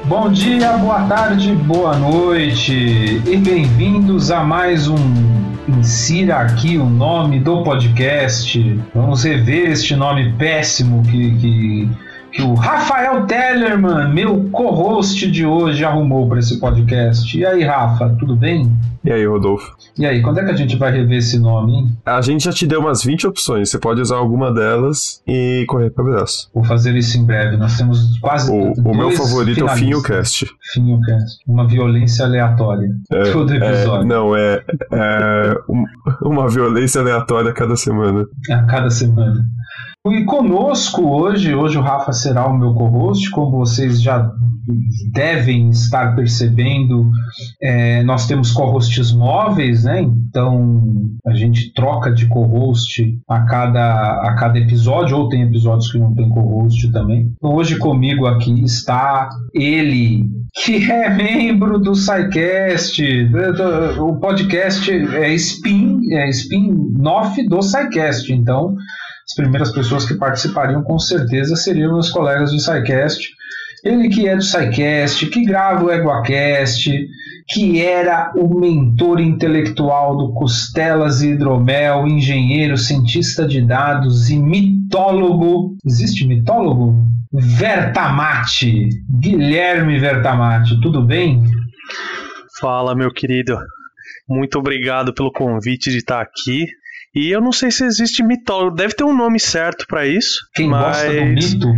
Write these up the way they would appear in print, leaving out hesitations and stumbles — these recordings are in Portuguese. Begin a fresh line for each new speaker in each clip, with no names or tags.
Bom dia, boa tarde, boa noite e bem-vindos a mais um Insira aqui o nome do podcast. Vamos rever este nome péssimo que o Rafael Tellerman, meu co-host de hoje, arrumou para esse podcast. E aí, Rafa, tudo bem?
E aí, Rodolfo?
E aí, quando é que a gente vai rever esse nome, hein?
A gente já te deu umas 20 opções, você pode usar alguma delas e correr para o braço.
Vou fazer isso em breve, nós temos quase
O meu favorito é o Finhocast.
Finhocast, uma violência aleatória. Todo episódio.
Uma violência aleatória a cada semana.
A cada semana. E conosco hoje o Rafa será o meu co-host, como vocês já devem estar percebendo, nós temos co-hosts móveis, né? Então a gente troca de co-host a cada episódio, ou tem episódios que não tem co-host também. Então hoje comigo aqui está ele, que é membro do SciCast, o podcast spin-off do SciCast, então as primeiras pessoas que participariam com certeza seriam meus colegas do SciCast. Ele que é do SciCast, que grava o EguaCast, que era o mentor intelectual do Costelas e Hidromel, engenheiro, cientista de dados e mitólogo. Existe mitólogo? Vertamati. Guilherme Vertamati, tudo bem?
Fala, meu querido. Muito obrigado pelo convite de estar aqui. E eu não sei se existe mitólogo, deve ter um nome certo pra isso.
Quem gosta do mito?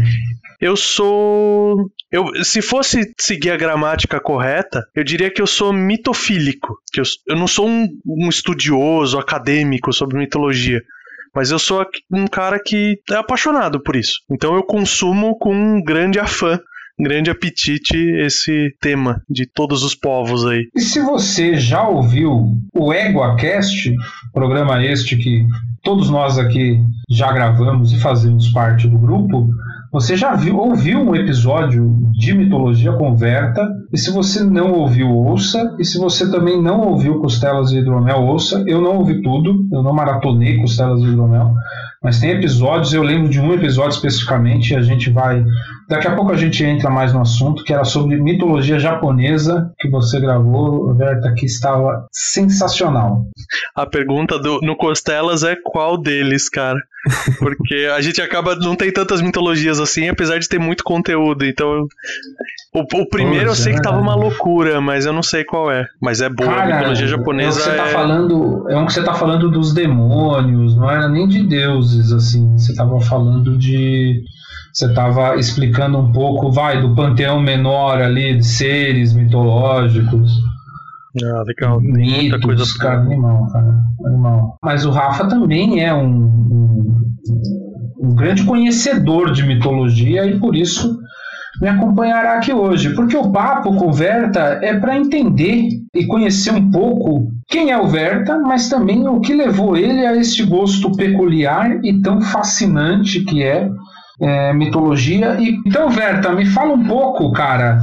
Se fosse seguir a gramática correta, eu diria que eu sou mitofílico. Que eu não sou um estudioso, acadêmico sobre mitologia. Mas eu sou um cara que é apaixonado por isso. Então eu consumo com um grande afã, grande apetite esse tema de todos os povos aí.
E se você já ouviu o EguaCast, programa este que todos nós aqui já gravamos e fazemos parte do grupo, você já ouviu um episódio de Mitologia Converta, e se você não ouviu, ouça, e se você também não ouviu Costelas e Hidromel, ouça. Eu não ouvi tudo, eu não maratonei Costelas e Hidromel, mas tem episódios, eu lembro de um episódio especificamente, e a gente vai... Daqui a pouco a gente entra mais no assunto, que era sobre mitologia japonesa, que você gravou, Verta, que estava sensacional.
A pergunta no Costelas é qual deles, cara? Porque a gente não tem tantas mitologias assim, apesar de ter muito conteúdo, então... O primeiro eu sei que tava uma loucura, mas eu não sei qual é. Mas é boa,
cara,
a mitologia japonesa
é um que você tá falando dos demônios, não era nem de deuses, assim. Você tava falando de... Você tava explicando um pouco, do panteão menor ali, de seres mitológicos.
Ah, legal. Muita coisa.
Cara, animal. Mas o Rafa também é um grande conhecedor de mitologia e por isso me acompanhará aqui hoje, porque o papo com o Verta é para entender e conhecer um pouco quem é o Verta, mas também o que levou ele a este gosto peculiar e tão fascinante que é mitologia. Então, Verta, me fala um pouco, cara.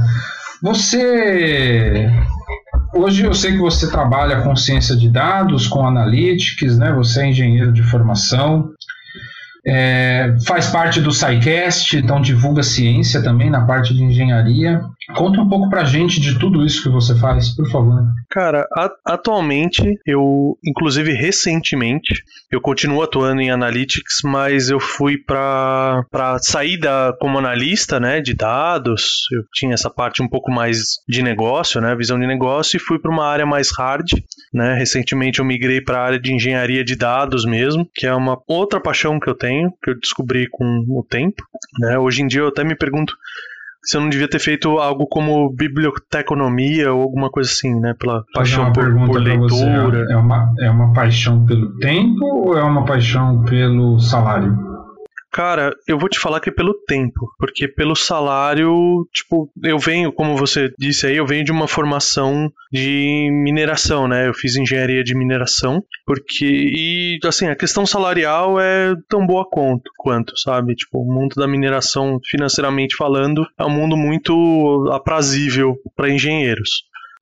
Hoje eu sei que você trabalha com ciência de dados, com analytics, né? Você é engenheiro de formação. Faz parte do SciCast, então divulga ciência também na parte de engenharia. Conta um pouco pra gente de tudo isso que você faz, por favor.
Cara, atualmente, inclusive recentemente, eu continuo atuando em Analytics, mas eu fui pra sair como analista, né, de dados. Eu tinha essa parte um pouco mais de negócio, né, visão de negócio, e fui para uma área mais hard, né. Recentemente eu migrei para a área de engenharia de dados mesmo, que é uma outra paixão que eu tenho, que eu descobri com o tempo, né. Hoje em dia eu até me pergunto se eu não devia ter feito algo como biblioteconomia ou alguma coisa assim, né? Pela paixão por leitura.
É uma paixão pelo tempo ou é uma paixão pelo salário?
Cara, eu vou te falar que é pelo tempo, porque pelo salário, tipo, eu venho, como você disse aí, eu venho de uma formação de mineração, né? Eu fiz engenharia de mineração, e assim, a questão salarial é tão boa quanto, sabe? Tipo, o mundo da mineração, financeiramente falando, é um mundo muito aprazível para engenheiros.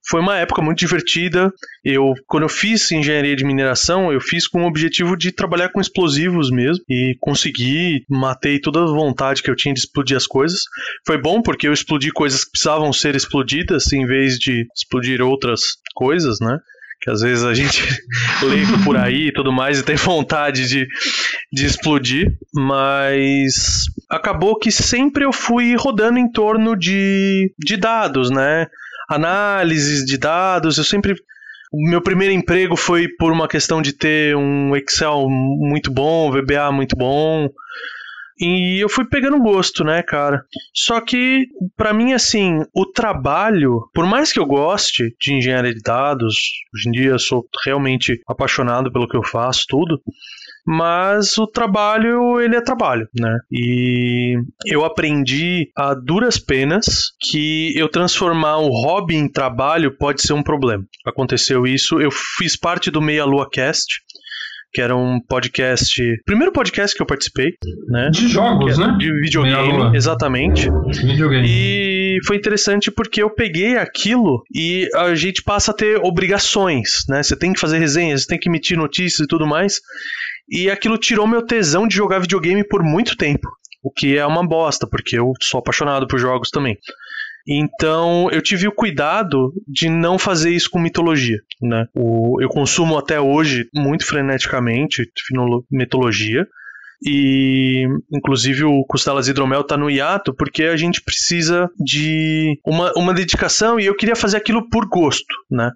foi uma época muito divertida. Quando eu fiz engenharia de mineração, eu fiz com o objetivo de trabalhar com explosivos mesmo e consegui, matei toda a vontade que eu tinha de explodir as coisas. Foi bom porque eu explodi coisas que precisavam ser explodidas em vez de explodir outras coisas, né? Que às vezes a gente lê por aí e tudo mais e tem vontade de explodir, mas acabou que sempre eu fui rodando em torno de dados, né? Análises de dados, o meu primeiro emprego foi por uma questão de ter um Excel muito bom, VBA muito bom, e eu fui pegando gosto, né, cara? Só que, pra mim, assim, o trabalho, por mais que eu goste de engenharia de dados, hoje em dia eu sou realmente apaixonado pelo que eu faço, tudo, mas o trabalho, ele é trabalho, né? E eu aprendi a duras penas que eu transformar o hobby em trabalho pode ser um problema. Aconteceu isso, eu fiz parte do Meia Lua Cast, que era um podcast, primeiro podcast que eu participei, né?
De jogos, né?
De videogame, exatamente.
Videogame.
E foi interessante porque eu peguei aquilo e a gente passa a ter obrigações, né? Você tem que fazer resenhas, você tem que emitir notícias e tudo mais. E aquilo tirou meu tesão de jogar videogame por muito tempo, o que é uma bosta, porque eu sou apaixonado por jogos também. Então, eu tive o cuidado de não fazer isso com mitologia, né? Eu consumo até hoje, muito freneticamente, mitologia. E, inclusive, o Costelas Hidromel tá no hiato porque a gente precisa de uma dedicação e eu queria fazer aquilo por gosto, né?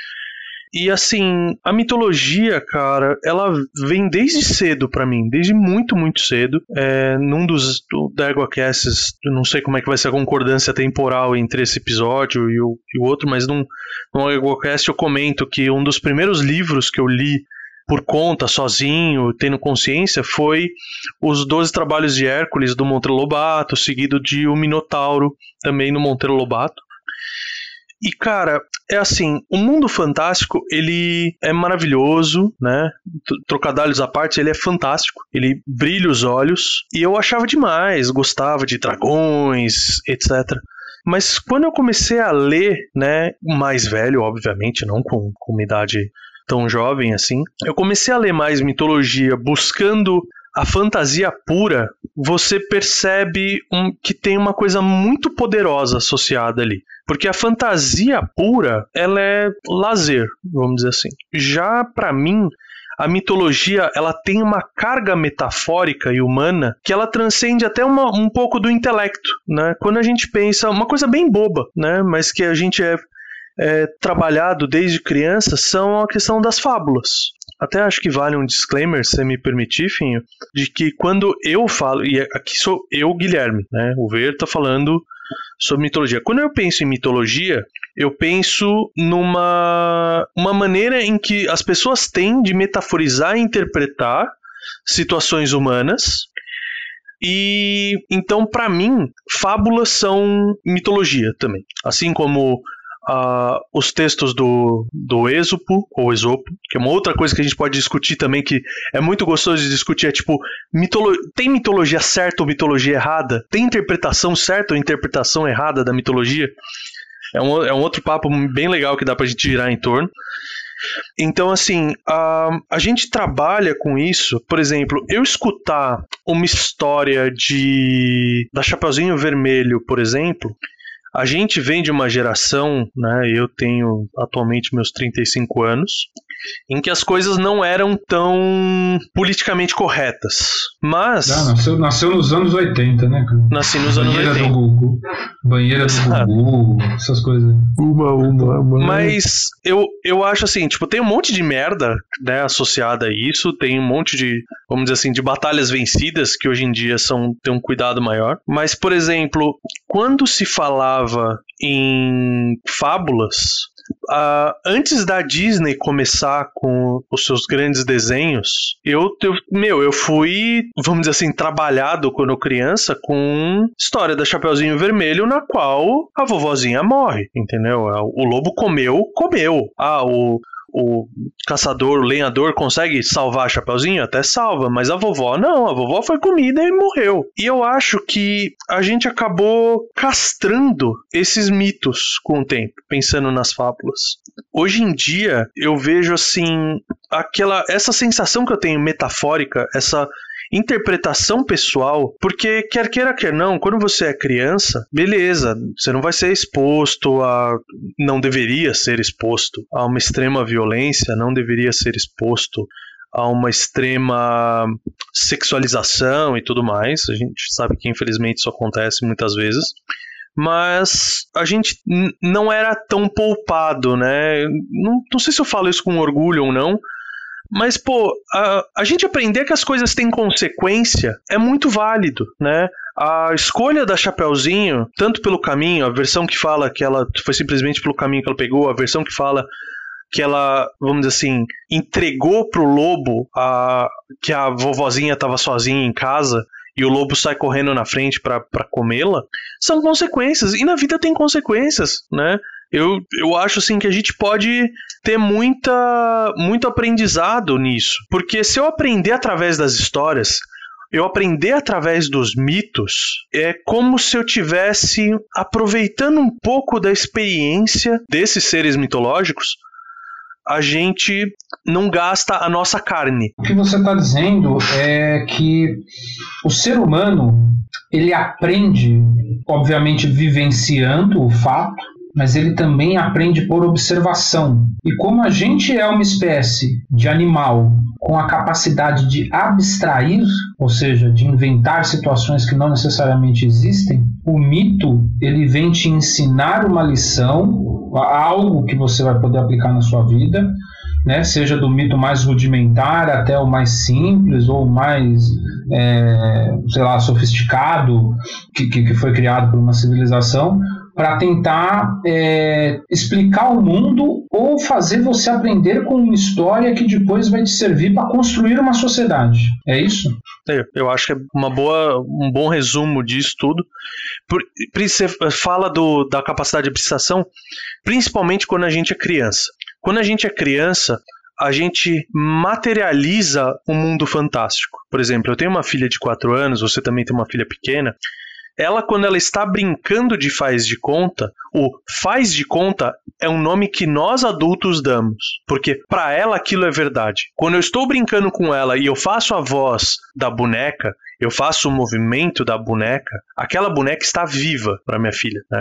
E assim, a mitologia, cara, ela vem desde cedo pra mim, desde muito, muito cedo. Num dos da EguaCasts, eu não sei como é que vai ser a concordância temporal entre esse episódio e o outro, mas num EguaCast eu comento que um dos primeiros livros que eu li por conta, sozinho, tendo consciência, foi Os 12 Trabalhos de Hércules, do Monteiro Lobato, seguido de O Minotauro, também no Monteiro Lobato. E, cara, é assim, o mundo fantástico, ele é maravilhoso, né? Trocadilhos à parte, ele é fantástico. Ele brilha os olhos. E eu achava demais, gostava de dragões, etc. Mas quando eu comecei a ler, né, mais velho, obviamente, não com uma idade tão jovem assim, eu comecei a ler mais mitologia, buscando a fantasia pura, você percebe que tem uma coisa muito poderosa associada ali. Porque a fantasia pura, ela é lazer, vamos dizer assim. Já pra mim, a mitologia, ela tem uma carga metafórica e humana que ela transcende até um pouco do intelecto, né? Quando a gente pensa, uma coisa bem boba, né? Mas que a gente é trabalhado desde criança, são a questão das fábulas. Até acho que vale um disclaimer, se você me permitir, Finho, de que quando eu falo, e aqui sou eu, Guilherme, né? O Ver tá falando sobre mitologia. Quando eu penso em mitologia, eu penso numa maneira em que as pessoas têm de metaforizar e interpretar situações humanas. E então, para mim, fábulas são mitologia também. Assim como os textos do Ésopo, ou Esopo, que é uma outra coisa que a gente pode discutir também, que é muito gostoso de discutir, é tipo, tem mitologia certa ou mitologia errada? Tem interpretação certa ou interpretação errada da mitologia? É um outro papo bem legal que dá pra gente girar em torno. Então, assim, a gente trabalha com isso. Por exemplo, eu escutar uma história da Chapeuzinho Vermelho, por exemplo. A gente vem de uma geração, né, eu tenho atualmente meus 35 anos, em que as coisas não eram tão politicamente corretas. Mas...
Nasceu nos anos 80, né?
Nasci nos anos 80.
Banheira do Gugu, essas coisas.
Mas eu acho assim, tipo, tem um monte de merda, né, associada a isso, tem um monte de, vamos dizer assim, de batalhas vencidas que hoje em dia têm um cuidado maior. Mas, por exemplo, quando se falava em fábulas, antes da Disney começar com os seus grandes desenhos, eu fui, vamos dizer assim, trabalhado quando criança com história da Chapeuzinho Vermelho, na qual a vovozinha morre, entendeu? O lobo comeu. o caçador, o lenhador consegue salvar a Chapeuzinho? Até salva, mas a vovó não, a vovó foi comida e morreu. E eu acho que a gente acabou castrando esses mitos com o tempo, pensando nas fábulas. Hoje em dia, eu vejo assim, essa sensação que eu tenho metafórica, essa interpretação pessoal, porque quer queira, quer não, quando você é criança, beleza, você não vai ser exposto não deveria ser exposto a uma extrema violência, não deveria ser exposto a uma extrema sexualização e tudo mais. A gente sabe que infelizmente isso acontece muitas vezes, mas a gente não era tão poupado, né? Não sei se eu falo isso com orgulho ou não, mas, pô, a gente aprender que as coisas têm consequência é muito válido, né? A escolha da Chapeuzinho, tanto pelo caminho, a versão que fala que ela foi simplesmente pelo caminho que ela pegou, a versão que fala que ela, vamos dizer assim, entregou pro lobo que a vovozinha estava sozinha em casa e o lobo sai correndo na frente para comê-la, são consequências. E na vida tem consequências, né? Eu acho assim que a gente pode ter muito aprendizado nisso. Porque se eu aprender através das histórias, eu aprender através dos mitos, é como se eu estivesse aproveitando um pouco da experiência desses seres mitológicos. A gente não gasta a nossa carne.
O que você está dizendo é que o ser humano, ele aprende, obviamente, vivenciando o fato, mas ele também aprende por observação. E como a gente é uma espécie de animal com a capacidade de abstrair, ou seja, de inventar situações que não necessariamente existem, o mito, ele vem te ensinar uma lição, algo que você vai poder aplicar na sua vida, né? Seja do mito mais rudimentar até o mais simples ou mais, sofisticado, que foi criado por uma civilização, para tentar explicar o mundo ou fazer você aprender com uma história que depois vai te servir para construir uma sociedade. É isso?
Eu acho que é um bom resumo disso tudo. Você fala da capacidade de abstração, principalmente quando a gente é criança. Quando a gente é criança, a gente materializa um mundo fantástico. Por exemplo, eu tenho uma filha de 4 anos, você também tem uma filha pequena. Ela, quando ela está brincando de faz de conta, o faz de conta é um nome que nós adultos damos, porque para ela aquilo é verdade. Quando eu estou brincando com ela e eu faço a voz da boneca, eu faço o movimento da boneca, aquela boneca está viva para minha filha, né?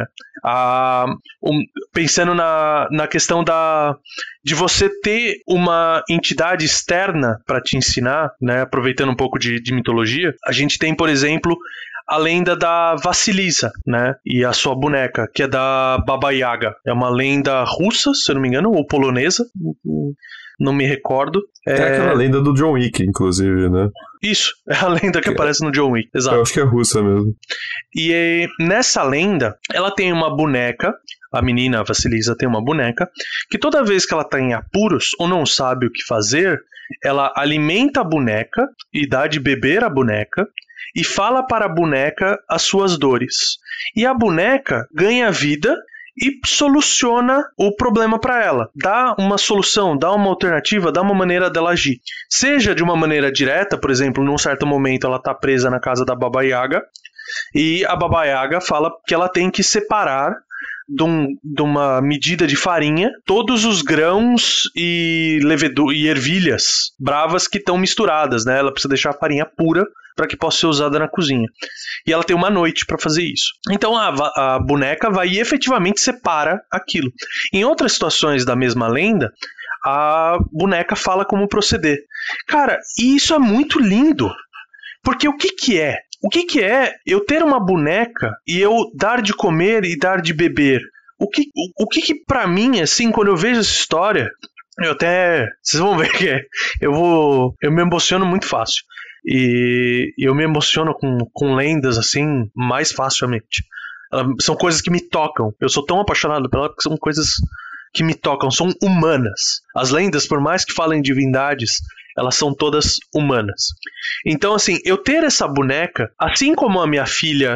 Pensando na questão de você ter uma entidade externa para te ensinar, né? Aproveitando um pouco de mitologia, a gente tem, por exemplo, a lenda da Vassilisa, né? E a sua boneca, que é da Baba Yaga. É uma lenda russa, se eu não me engano, ou polonesa, não me recordo.
É aquela lenda do John Wick, inclusive, né?
Isso, é a lenda que aparece no John Wick, exato.
Eu acho que é russa mesmo.
E nessa lenda, ela tem uma boneca, a menina, a Vassilisa, tem uma boneca, que toda vez que ela está em apuros ou não sabe o que fazer, ela alimenta a boneca e dá de beber a boneca, e fala para a boneca as suas dores. E a boneca ganha vida e soluciona o problema para ela. Dá uma solução, dá uma alternativa, dá uma maneira dela agir. Seja de uma maneira direta, por exemplo, num certo momento ela está presa na casa da Baba Yaga, e a Baba Yaga fala que ela tem que separar de uma medida de farinha todos os grãos e ervilhas bravas que estão misturadas, né? Ela precisa deixar a farinha pura para que possa ser usada na cozinha. E ela tem uma noite para fazer isso. Então a boneca vai e efetivamente separa aquilo. Em outras situações da mesma lenda, a boneca fala como proceder. Cara, e isso é muito lindo. Porque o que é? O que é eu ter uma boneca e eu dar de comer e dar de beber? O que pra mim, assim, quando eu vejo essa história, vocês vão ver que eu me emociono muito fácil. E eu me emociono com lendas, assim, mais facilmente. São coisas que me tocam. Eu sou tão apaixonado por elas porque são coisas que me tocam, são humanas. As lendas, por mais que falem divindades, elas são todas humanas. Então, assim, eu ter essa boneca, assim como a minha filha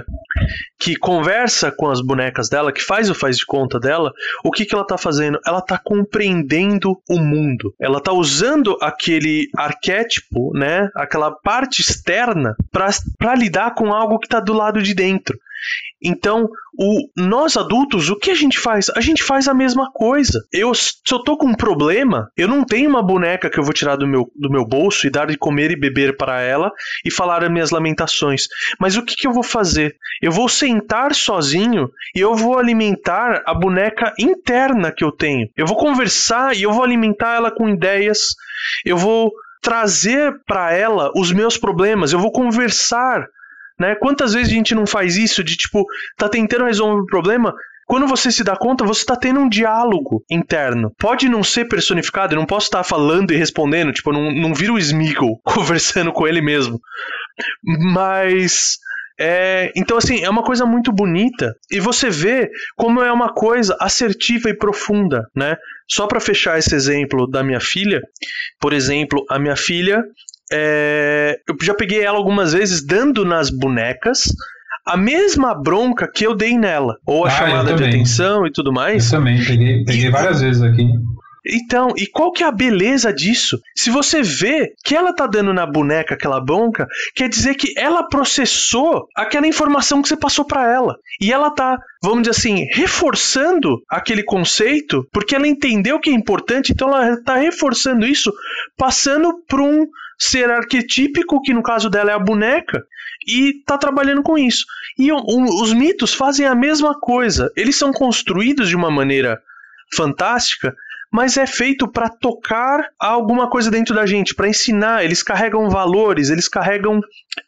que conversa com as bonecas dela, que faz o faz de conta dela, o que ela tá fazendo? Ela tá compreendendo o mundo. Ela tá usando aquele arquétipo, né, aquela parte externa para lidar com algo que tá do lado de dentro. Então, nós adultos, o que a gente faz? A gente faz a mesma coisa. Se eu tô com um problema, eu não tenho uma boneca que eu vou tirar do meu bolso e dar de comer e beber para ela e falar as minhas lamentações. Mas o que eu vou fazer? Eu vou sentar sozinho e eu vou alimentar a boneca interna que eu tenho. Eu vou conversar e eu vou alimentar ela com ideias. Eu vou trazer para ela os meus problemas. Eu vou conversar. Né? Quantas vezes a gente não faz isso de tipo, tá tentando resolver um problema, quando você se dá conta, você tá tendo um diálogo interno. Pode não ser personificado, eu não posso estar falando e respondendo, tipo, não vira o Smeagol conversando com ele mesmo. Mas... então assim, é uma coisa muito bonita e você vê como é uma coisa assertiva e profunda, né? Só para fechar esse exemplo da minha filha, por exemplo, a minha filha, eu já peguei ela algumas vezes dando nas bonecas a mesma bronca que eu dei nela, ou a chamada de atenção e tudo mais.
Eu também peguei várias vezes aqui.
Então, e qual que é a beleza disso? Se você vê que ela tá dando na boneca aquela bronca, quer dizer que ela processou aquela informação que você passou pra ela. E ela tá, vamos dizer assim, reforçando aquele conceito, porque ela entendeu que é importante, então ela tá reforçando isso, passando por um ser arquetípico, que no caso dela é a boneca, e tá trabalhando com isso. E os mitos fazem a mesma coisa. Eles são construídos de uma maneira fantástica, mas é feito para tocar alguma coisa dentro da gente, para ensinar. Eles carregam valores, eles carregam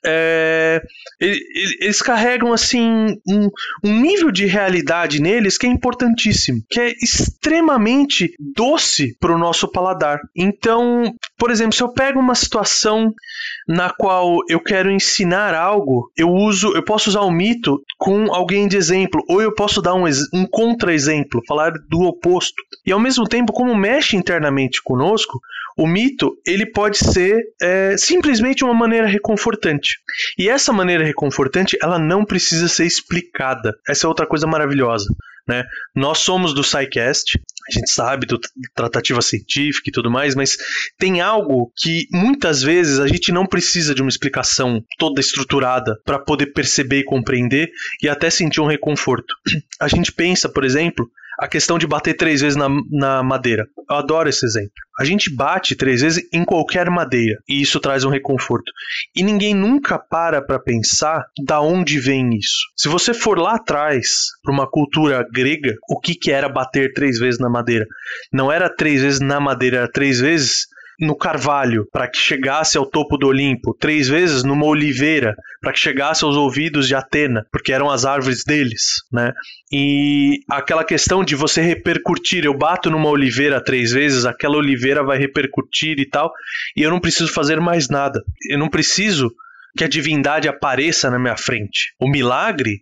assim um nível de realidade neles que é importantíssimo, que é extremamente doce para o nosso paladar. Então, por exemplo, se eu pego uma situação na qual eu quero ensinar algo, eu posso usar um mito com alguém de exemplo, ou eu posso dar um contra-exemplo, falar do oposto. E ao mesmo tempo, como mexe internamente conosco, o mito ele pode ser simplesmente uma maneira reconfortante. E essa maneira reconfortante, ela não precisa ser explicada. Essa é outra coisa maravilhosa, né? Nós somos do SciCast, a gente sabe do tratativa científica e tudo mais, mas tem algo que muitas vezes a gente não precisa de uma explicação toda estruturada para poder perceber e compreender e até sentir um reconforto. A gente pensa, por exemplo, a questão de bater 3 vezes na madeira. Eu adoro esse exemplo. A gente bate 3 vezes em qualquer madeira e isso traz um reconforto. E ninguém nunca para pensar da onde vem isso. Se você for lá atrás, para uma cultura grega, o que era bater 3 vezes na madeira? Não era 3 vezes na madeira, era 3 vezes no carvalho, para que chegasse ao topo do Olimpo, 3 vezes numa oliveira, para que chegasse aos ouvidos de Atena, porque eram as árvores deles, né? E aquela questão de você repercutir, eu bato numa oliveira 3 vezes, aquela oliveira vai repercutir e tal, e eu não preciso fazer mais nada. Eu não preciso que a divindade apareça na minha frente. O milagre,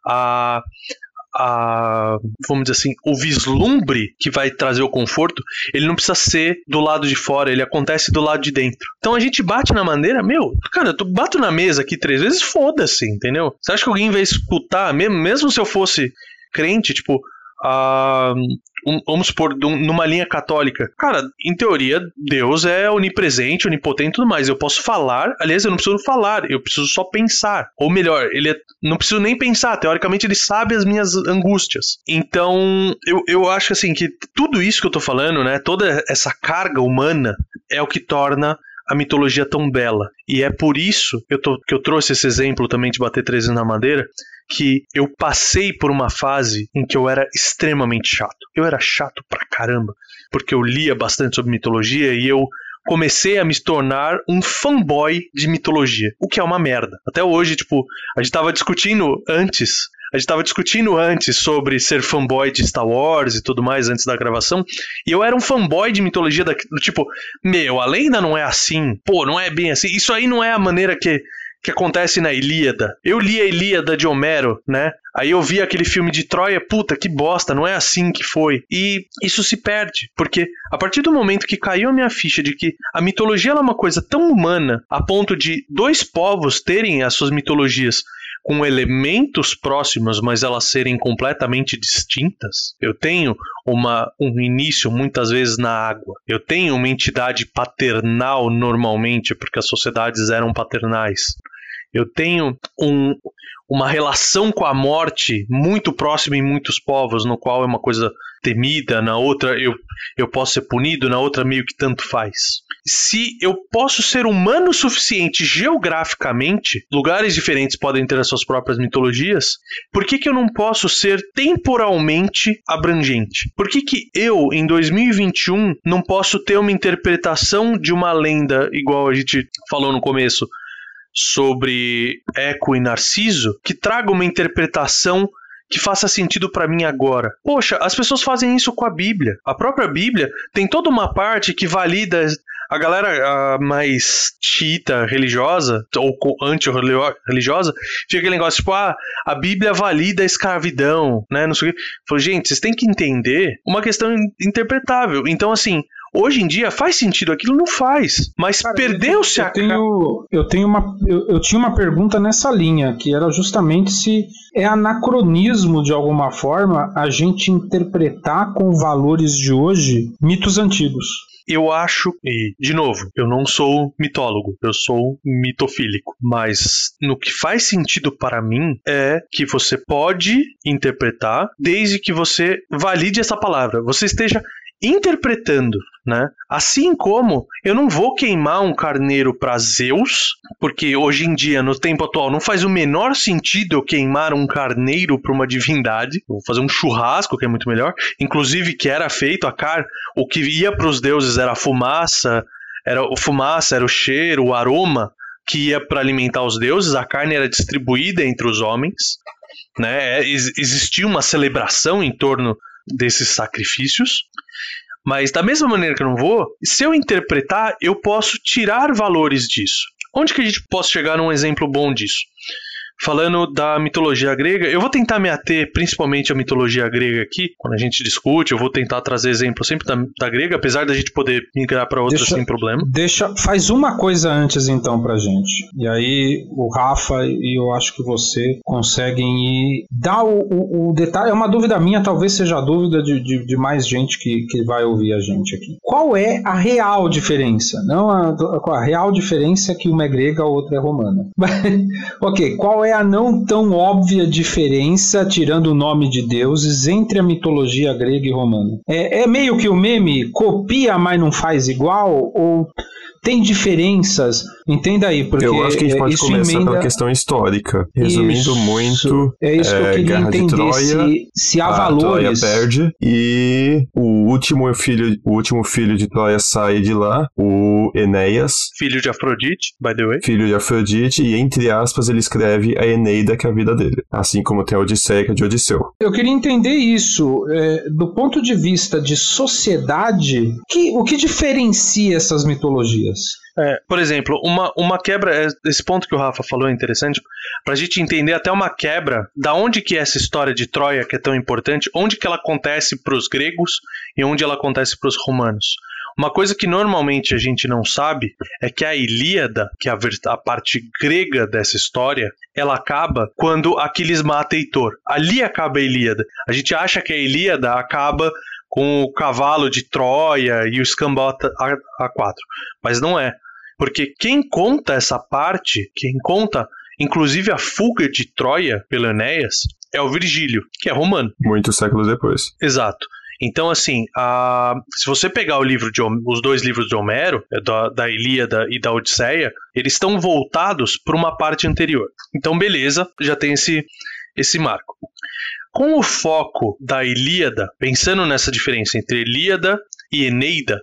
vamos dizer assim, o vislumbre que vai trazer o conforto, ele não precisa ser do lado de fora, ele acontece do lado de dentro. Então a gente bate na madeira, cara, eu bato na mesa aqui 3 vezes, foda-se, entendeu? Você acha que alguém vai escutar, mesmo se eu fosse crente, tipo, vamos supor, numa linha católica. Cara, em teoria, Deus é onipresente, onipotente e tudo mais. Eu posso falar, aliás, eu não preciso falar, eu preciso só pensar. Ou melhor, não preciso nem pensar, teoricamente ele sabe as minhas angústias. Então, eu acho assim, que tudo isso que eu tô falando, né, toda essa carga humana é o que torna a mitologia tão bela. E é por isso que eu trouxe esse exemplo também de bater 3 vezes na madeira, que eu passei por uma fase em que eu era extremamente chato. Eu era chato pra caramba, porque eu lia bastante sobre mitologia e eu comecei a me tornar um fanboy de mitologia, o que é uma merda. Até hoje, tipo, a gente tava discutindo antes sobre ser fanboy de Star Wars e tudo mais antes da gravação, e eu era um fanboy de mitologia do tipo, a lenda não é assim, não é bem assim, isso aí não é a maneira que acontece na Ilíada. Eu li a Ilíada de Homero, né? Aí eu vi aquele filme de Troia, puta, que bosta, não é assim que foi. E isso se perde, porque a partir do momento que caiu a minha ficha de que a mitologia é uma coisa tão humana, a ponto de 2 povos terem as suas mitologias com elementos próximos, mas elas serem completamente distintas. Eu tenho um início muitas vezes na água. Eu tenho uma entidade paternal normalmente, porque as sociedades eram paternais. Eu tenho uma relação com a morte muito próxima em muitos povos, no qual é uma coisa temida, na outra eu posso ser punido, na outra meio que tanto faz. Se eu posso ser humano o suficiente geograficamente, lugares diferentes podem ter as suas próprias mitologias, por que eu não posso ser temporalmente abrangente? Por que eu, em 2021, não posso ter uma interpretação de uma lenda, igual a gente falou no começo, sobre Eco e Narciso, que traga uma interpretação que faça sentido para mim agora? Poxa, as pessoas fazem isso com a Bíblia. A própria Bíblia tem toda uma parte que valida a galera mais xiita religiosa ou anti-religiosa, fica aquele negócio tipo, a Bíblia valida a escravidão, né? Não sei o quê. Falei, gente, vocês têm que entender uma questão interpretável. Então, assim, hoje em dia faz sentido, aquilo não faz, mas cara, perdeu-se
eu tinha uma pergunta nessa linha, que era justamente se é anacronismo de alguma forma a gente interpretar com valores de hoje mitos antigos.
Eu acho, e de novo, eu não sou mitólogo, eu sou mitofílico, mas no que faz sentido para mim é que você pode interpretar desde que você valide essa palavra, você esteja interpretando, né? Assim como eu não vou queimar um carneiro para Zeus, porque hoje em dia, no tempo atual, não faz o menor sentido eu queimar um carneiro para uma divindade. Eu vou fazer um churrasco, que é muito melhor. Inclusive, que era feito a carne, o que ia para os deuses era a fumaça, era o cheiro, o aroma que ia para alimentar os deuses. A carne era distribuída entre os homens, né? Existia uma celebração em torno desses sacrifícios. Mas da mesma maneira que eu não vou, se eu interpretar, eu posso tirar valores disso. Onde que a gente pode chegar num exemplo bom disso? Falando da mitologia grega, eu vou tentar me ater principalmente à mitologia grega aqui, quando a gente discute, eu vou tentar trazer exemplo sempre da grega, apesar da gente poder migrar para outras sem problema.
Faz uma coisa antes então pra gente, e aí o Rafa e eu acho que você conseguem ir dar o detalhe, é uma dúvida minha, talvez seja a dúvida de mais gente que vai ouvir a gente aqui. Qual é a real diferença? Não a real diferença é que uma é grega, a outra é romana. Ok, qual é a não tão óbvia diferença, tirando o nome de deuses, entre a mitologia grega e romana? É meio que o meme, copia, mas não faz igual? Ou tem diferenças? Entenda aí, porque
eu acho que a gente pode começar pela questão histórica. Resumindo muito,
é isso que eu queria
Guerra
entender,
de Troia,
se há valores.
Troia perde, e o último filho de Troia sai de lá, o Enéas.
Filho de Afrodite, by the way.
Filho de Afrodite, e entre aspas ele escreve a Eneida, que é a vida dele. Assim como tem a Odisseia, que é de Odisseu.
Eu queria entender isso, do ponto de vista de sociedade, o que diferencia essas mitologias?
Por exemplo, uma quebra, esse ponto que o Rafa falou é interessante, pra gente entender até uma quebra, da onde que é essa história de Troia, que é tão importante, onde que ela acontece pros gregos e onde ela acontece pros romanos. Uma coisa que normalmente a gente não sabe é que a Ilíada, que é a parte grega dessa história, ela acaba quando Aquiles mata Heitor. Ali acaba a Ilíada. A gente acha que a Ilíada acaba com o cavalo de Troia e o escambau A4. Mas não é. Porque quem conta essa parte, quem conta inclusive a fuga de Troia pelo Enéas, é o Virgílio, que é romano.
Muitos séculos depois.
Exato. Então, assim, se você pegar os dois livros de Homero, da Ilíada e da Odisseia, eles estão voltados para uma parte anterior. Então, beleza, já tem esse marco. Com o foco da Ilíada, pensando nessa diferença entre Ilíada e Eneida,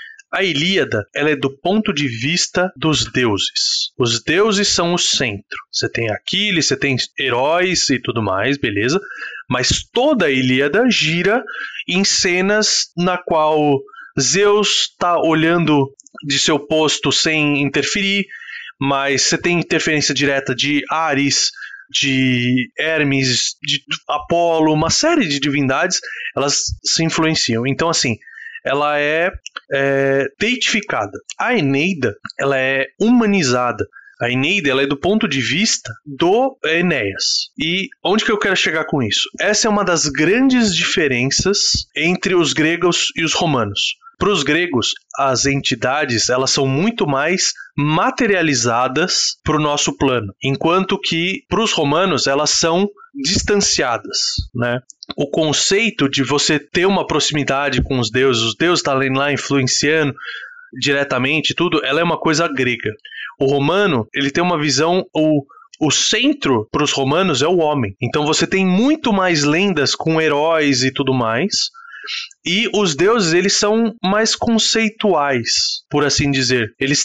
a Ilíada, ela é do ponto de vista dos deuses. Os deuses são o centro. Você tem Aquiles, você tem heróis e tudo mais, beleza? Mas toda a Ilíada gira em cenas na qual Zeus está olhando de seu posto sem interferir, mas você tem interferência direta de Ares, de Hermes, de Apolo, uma série de divindades, elas se influenciam. Então, assim, ela é deitificada. A Eneida, ela é humanizada. A Eneida, ela é do ponto de vista do Enéas. E onde que eu quero chegar com isso? Essa é uma das grandes diferenças entre os gregos e os romanos. Para os gregos, as entidades elas são muito mais materializadas para o nosso plano, enquanto que para os romanos elas são distanciadas, né? O conceito de você ter uma proximidade com os deuses estarem lá influenciando diretamente tudo, ela é uma coisa grega. O romano, ele tem uma visão, o centro para os romanos é o homem. Então você tem muito mais lendas com heróis e tudo mais. E os deuses, eles são mais conceituais, por assim dizer. Eles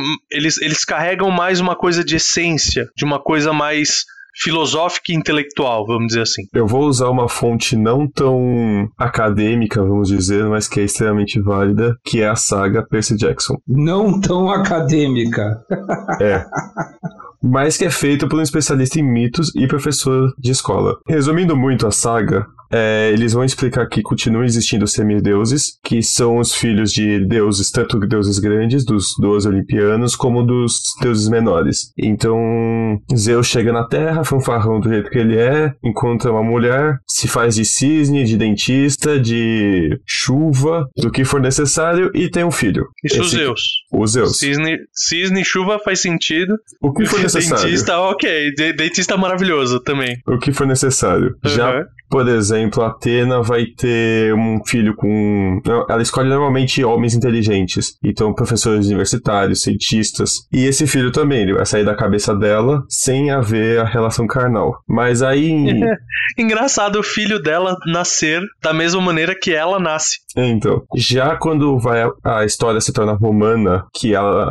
carregam mais uma coisa de essência, de uma coisa mais filosófica e intelectual, vamos dizer assim.
Eu vou usar uma fonte não tão acadêmica, vamos dizer, mas que é extremamente válida, que é a saga Percy Jackson.
Não tão acadêmica.
É. Mas que é feito por um especialista em mitos e professor de escola. Resumindo muito a saga, eles vão explicar que continuam existindo semideuses, que são os filhos de deuses, tanto deuses grandes, dos 12 olimpianos, como dos deuses menores. Então, Zeus chega na Terra, fanfarrão do jeito que ele é, encontra uma mulher, se faz de cisne, de dentista, de chuva, do que for necessário, e tem um filho.
Isso Zeus.
O Zeus.
Cisne e chuva faz sentido.
O que for necessário.
Dentista, ok. Dentista maravilhoso também.
O que for necessário. Já, por exemplo, a Atena vai ter um filho com... Ela escolhe normalmente homens inteligentes. Então, professores universitários, cientistas. E esse filho também, ele vai sair da cabeça dela sem haver a relação carnal. Mas aí...
Engraçado o filho dela nascer da mesma maneira que ela nasce.
Então, já quando a história se torna romana, que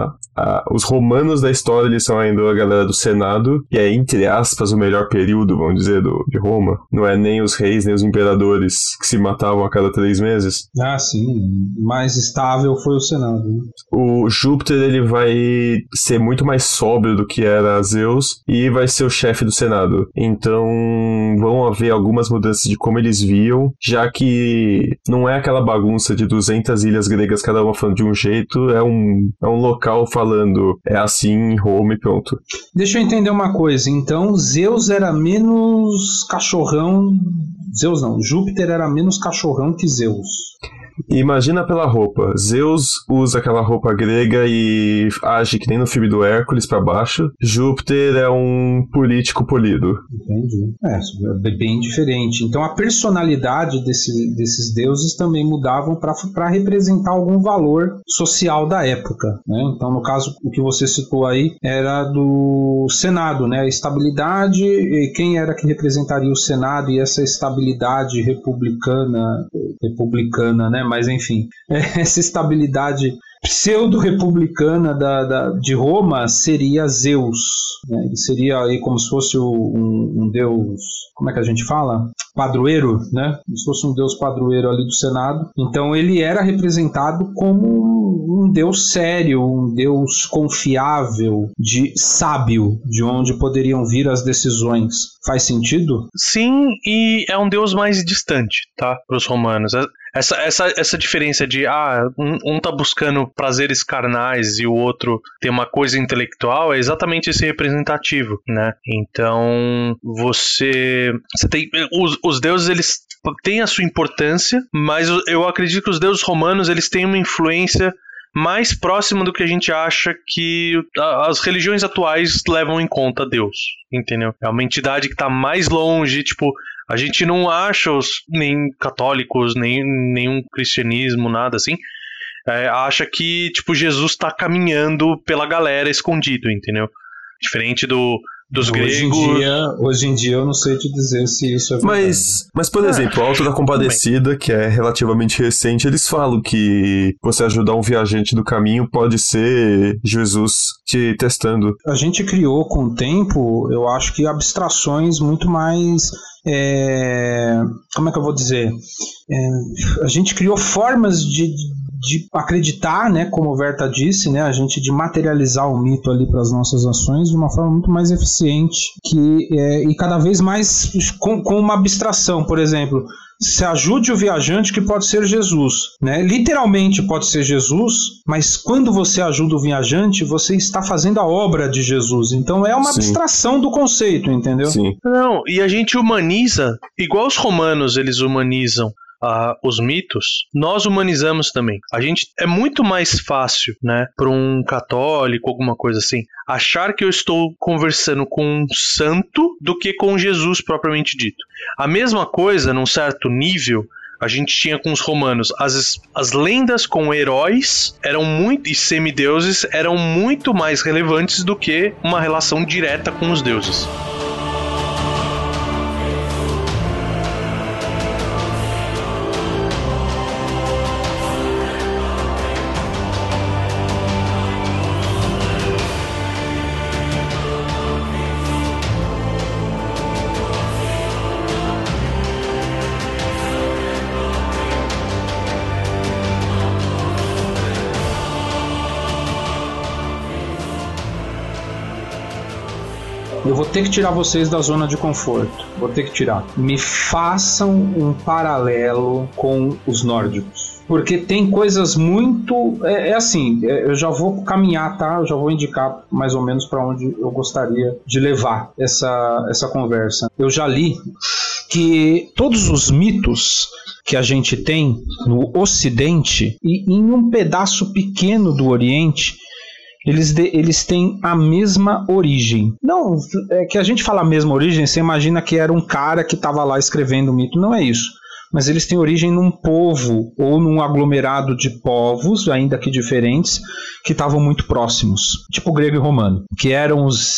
os romanos da história, eles são ainda a galera do Senado, e é, entre aspas, o melhor período, vamos dizer, de Roma. Não é nem os reis, nem os imperadores que se matavam a cada 3 meses.
Ah, sim. Mais estável foi o Senado. Né?
O Júpiter, ele vai ser muito mais sóbrio do que era Zeus, e vai ser o chefe do Senado. Então, vão haver algumas mudanças de como eles viam, já que não é aquela bagunça de 200 ilhas gregas, cada uma falando de um jeito, é um local falando, é assim em Roma e pronto.
Deixa eu entender uma coisa, então Zeus era menos cachorrão, Zeus não, Júpiter era menos cachorrão que Zeus.
Imagina pela roupa. Zeus usa aquela roupa grega e age que nem no filme do Hércules pra baixo. Júpiter é um político polido.
Entendi. É bem diferente. Então a personalidade desses deuses também mudavam para representar algum valor social da época, né? Então, no caso, o que você citou aí era do Senado, né? A estabilidade, e quem era que representaria o Senado e essa estabilidade republicana, né? Mas enfim, essa estabilidade pseudo-republicana de Roma seria Zeus, né? Ele seria aí como se fosse um deus, como é que a gente fala? Padroeiro, né? Como se fosse um deus padroeiro ali do Senado. Então ele era representado como um deus sério, um deus confiável, sábio, de onde poderiam vir as decisões. Faz sentido?
Sim, e é um deus mais distante, tá? Para os romanos. Essa diferença de um tá buscando prazeres carnais e o outro tem uma coisa intelectual é exatamente esse representativo, né? Então você tem os deuses, eles têm a sua importância, mas eu acredito que os deuses romanos eles têm uma influência mais próxima do que a gente acha que as religiões atuais levam em conta Deus, entendeu? É uma entidade que está mais longe, tipo, a gente não acha nem católicos, nem nenhum cristianismo, nada assim, acha que, tipo, Jesus está caminhando pela galera escondido, entendeu? Diferente dos gregos.
Hoje em dia eu não sei te dizer se isso é verdade.
Mas por exemplo, o Alto da Compadecida, que é relativamente recente, eles falam que você ajudar um viajante do caminho pode ser Jesus te testando.
A gente criou com o tempo, eu acho que abstrações muito mais... como é que eu vou dizer? A gente criou formas de acreditar, né, como o Verta disse, né, a gente de materializar o mito ali para as nossas ações de uma forma muito mais eficiente e cada vez mais com uma abstração. Por exemplo, Se ajude o viajante, que pode ser Jesus, né? Literalmente pode ser Jesus, mas quando você ajuda o viajante, você está fazendo a obra de Jesus. Então é uma abstração do conceito, entendeu?
Sim.
Não, e a gente humaniza, igual os romanos eles humanizam os mitos, nós humanizamos também. A gente é muito mais fácil, né, para um católico, alguma coisa assim, achar que eu estou conversando com um santo do que com Jesus propriamente dito. A mesma coisa, num certo nível, a gente tinha com os romanos. As lendas com heróis e semideuses eram muito mais relevantes do que uma relação direta com os deuses.
Eu vou ter que tirar vocês da zona de conforto. Vou ter que tirar. Me façam um paralelo com os nórdicos. Porque tem coisas muito... assim, eu já vou caminhar, tá? Eu já vou indicar mais ou menos para onde eu gostaria de levar essa conversa. Eu já li que todos os mitos que a gente tem no Ocidente e em um pedaço pequeno do Oriente, eles têm a mesma origem. Não, é que a gente fala a mesma origem, você imagina que era um cara que estava lá escrevendo o mito. Não é isso. Mas eles têm origem num povo ou num aglomerado de povos, ainda que diferentes, que estavam muito próximos, tipo grego e romano, que eram os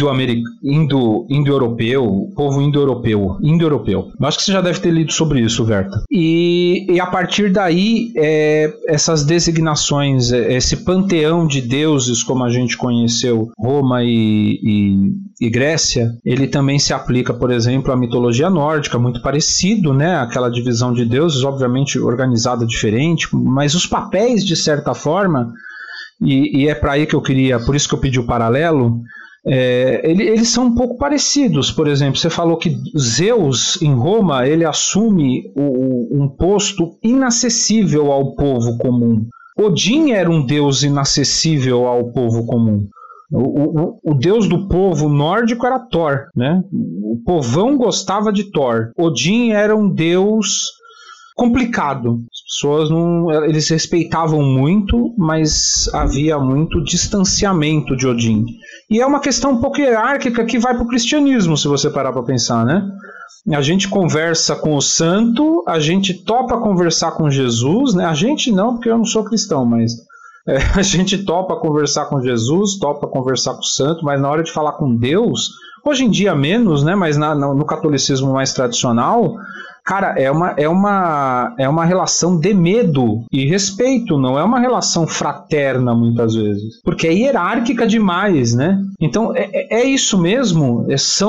indo-europeu, povo indo-europeu. Eu acho que você já deve ter lido sobre isso, Verta. E a partir daí, essas designações, esse panteão de deuses, como a gente conheceu Roma e Grécia, ele também se aplica, por exemplo, à mitologia nórdica, muito parecido, né? Aquela divisão de deuses, obviamente organizada diferente, mas os papéis, de certa forma, e é para aí que eu queria, por isso que eu pedi o paralelo, eles são um pouco parecidos. Por exemplo, você falou que Zeus, em Roma, ele assume um posto inacessível ao povo comum. Odin era um deus inacessível ao povo comum. O deus do povo nórdico era Thor, né? O povão gostava de Thor. Odin era um deus complicado. As pessoas eles respeitavam muito, mas havia muito distanciamento de Odin. E é uma questão um pouco hierárquica que vai para o cristianismo, se você parar para pensar, né? A gente conversa com o santo, a gente topa conversar com Jesus, né? A gente não, porque eu não sou cristão, mas a gente topa conversar com Jesus, topa conversar com o santo, mas na hora de falar com Deus, hoje em dia menos, né? Mas no catolicismo mais tradicional, cara, é uma relação de medo e respeito, não é uma relação fraterna muitas vezes, porque é hierárquica demais, né? Então é isso mesmo,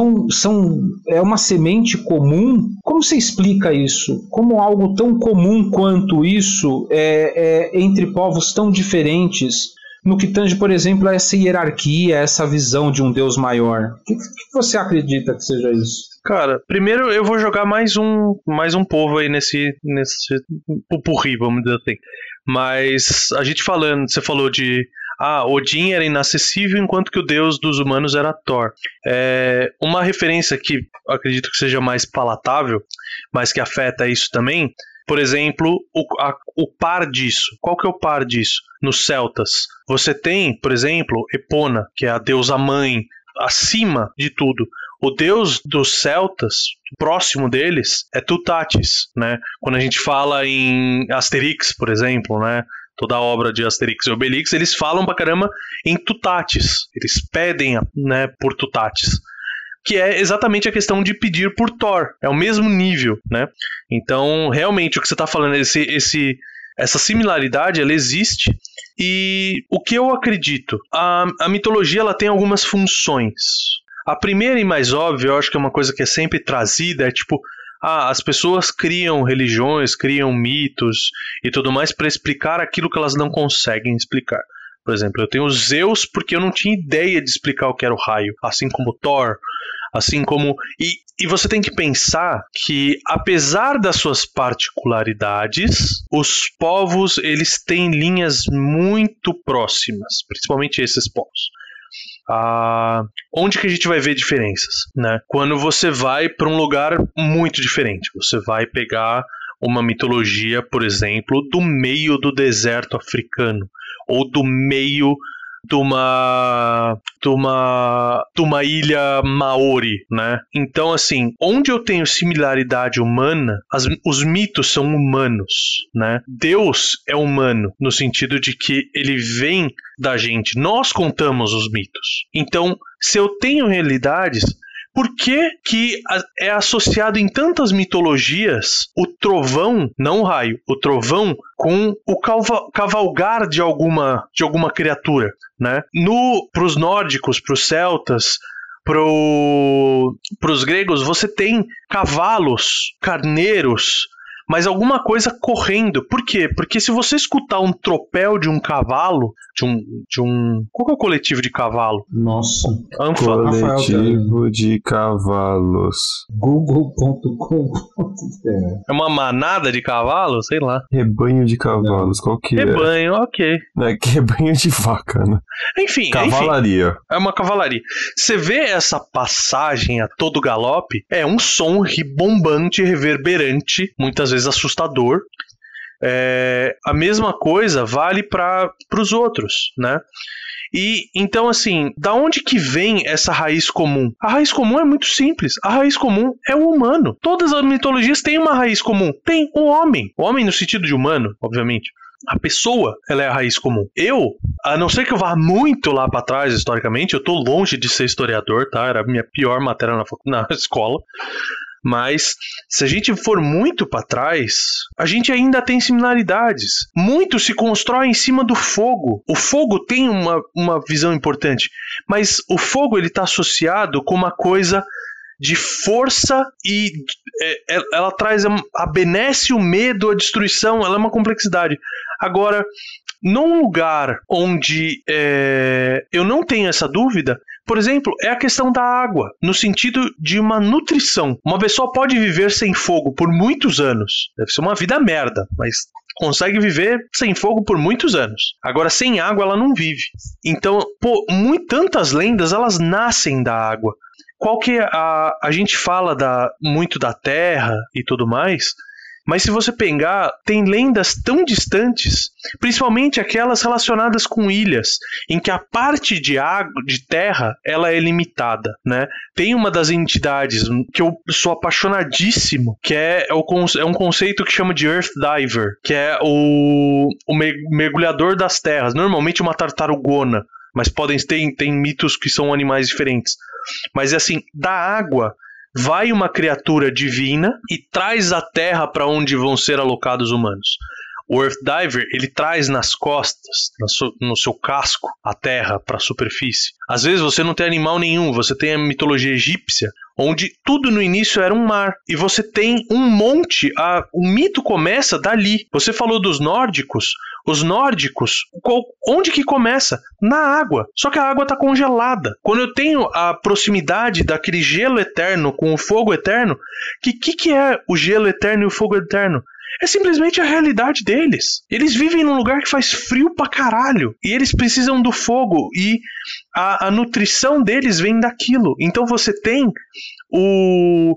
é uma semente comum. Como você explica isso? Como algo tão comum quanto isso entre povos tão diferentes, no que tange, por exemplo, a essa hierarquia, essa visão de um Deus maior? O que você acredita que seja isso?
Cara, primeiro eu vou jogar mais um povo aí nesse pupurri, vamos dizer assim. Mas a gente você falou de Odin era inacessível enquanto que o deus dos humanos era Thor. Uma referência que acredito que seja mais palatável, mas que afeta isso também, por exemplo, o par disso. Qual que é o par disso? Nos celtas, você tem, por exemplo, Epona, que é a deusa mãe, acima de tudo. O deus dos celtas, próximo deles, é Tutatis, né? Quando a gente fala em Asterix, por exemplo, né? Toda a obra de Asterix e Obelix, eles falam pra caramba em Tutatis. Eles pedem, né, por Tutatis. Que é exatamente a questão de pedir por Thor. É o mesmo nível, né? Então, realmente, o que você está falando, essa similaridade, ela existe. E o que eu acredito? A mitologia, ela tem algumas funções. A primeira e mais óbvia, eu acho que é uma coisa que é sempre trazida, é tipo, as pessoas criam religiões, criam mitos e tudo mais para explicar aquilo que elas não conseguem explicar. Por exemplo, eu tenho Zeus porque eu não tinha ideia de explicar o que era o raio, assim como Thor. Assim como... E você tem que pensar que, apesar das suas particularidades, os povos, eles têm linhas muito próximas, principalmente esses povos. Onde que a gente vai ver diferenças, né? Quando você vai para um lugar muito diferente, você vai pegar uma mitologia, por exemplo, do meio do deserto africano, ou do meio de uma ilha maori, né? Então, assim, onde eu tenho similaridade humana, os mitos são humanos, né? Deus é humano, no sentido de que ele vem da gente. Nós contamos os mitos. Então, se eu tenho realidades... Por que é associado em tantas mitologias o trovão, não o raio, o trovão com o cavalgar de alguma criatura, né? Para os nórdicos, para os celtas, para os gregos, você tem cavalos, carneiros, mas alguma coisa correndo. Por quê? Porque se você escutar um tropel de um cavalo, de um... Qual que é o coletivo de cavalo?
Nossa.
Anfa.
Coletivo de cavalos.
Google.com.
É uma manada de cavalos? Sei lá.
Rebanho de cavalos, qual que é?
Rebanho, ok.
É que rebanho de vaca, né?
Enfim.
Cavalaria.
É uma cavalaria. Você vê essa passagem a todo galope, é um som ribombante, reverberante, muitas vezes assustador. A mesma coisa vale para os outros, né? E então, assim, da onde que vem essa raiz comum? A raiz comum é muito simples. A raiz comum é o humano. Todas as mitologias têm uma raiz comum. Tem o homem. O homem no sentido de humano, obviamente. A pessoa, ela é a raiz comum. Eu, a não ser que eu vá muito lá para trás historicamente, eu tô longe de ser historiador, tá? Era a minha pior matéria na escola. Mas, se a gente for muito para trás, a gente ainda tem similaridades. Muito se constrói em cima do fogo. O fogo tem uma visão importante, mas o fogo está associado com uma coisa de força e ela traz, abenece o medo, a destruição, ela é uma complexidade. Agora, num lugar onde eu não tenho essa dúvida, por exemplo, é a questão da água, no sentido de uma nutrição. Uma pessoa pode viver sem fogo por muitos anos. Deve ser uma vida merda, mas consegue viver sem fogo por muitos anos. Agora, sem água, ela não vive. Então, tantas lendas, elas nascem da água. Qual que a gente fala muito da terra e tudo mais... Mas se você pegar, tem lendas tão distantes, principalmente aquelas relacionadas com ilhas, em que a parte de água, de terra, ela é limitada, né? Tem uma das entidades que eu sou apaixonadíssimo, que é um conceito que chama de Earth Diver, que é o mergulhador das terras, normalmente uma tartarugona, mas tem mitos que são animais diferentes. Mas assim, da água... vai uma criatura divina e traz a terra para onde vão ser alocados humanos. O Earth Diver, ele traz nas costas, no seu casco, a terra para a superfície. Às vezes você não tem animal nenhum, você tem a mitologia egípcia, onde tudo no início era um mar. E você tem um monte, o mito começa dali. Você falou dos nórdicos. Os nórdicos, onde que começa? Na água. Só que a água está congelada. Quando eu tenho a proximidade daquele gelo eterno com o fogo eterno, que é o gelo eterno e o fogo eterno? É simplesmente a realidade deles. Eles vivem num lugar que faz frio pra caralho. E eles precisam do fogo. E a nutrição deles vem daquilo. Então você tem o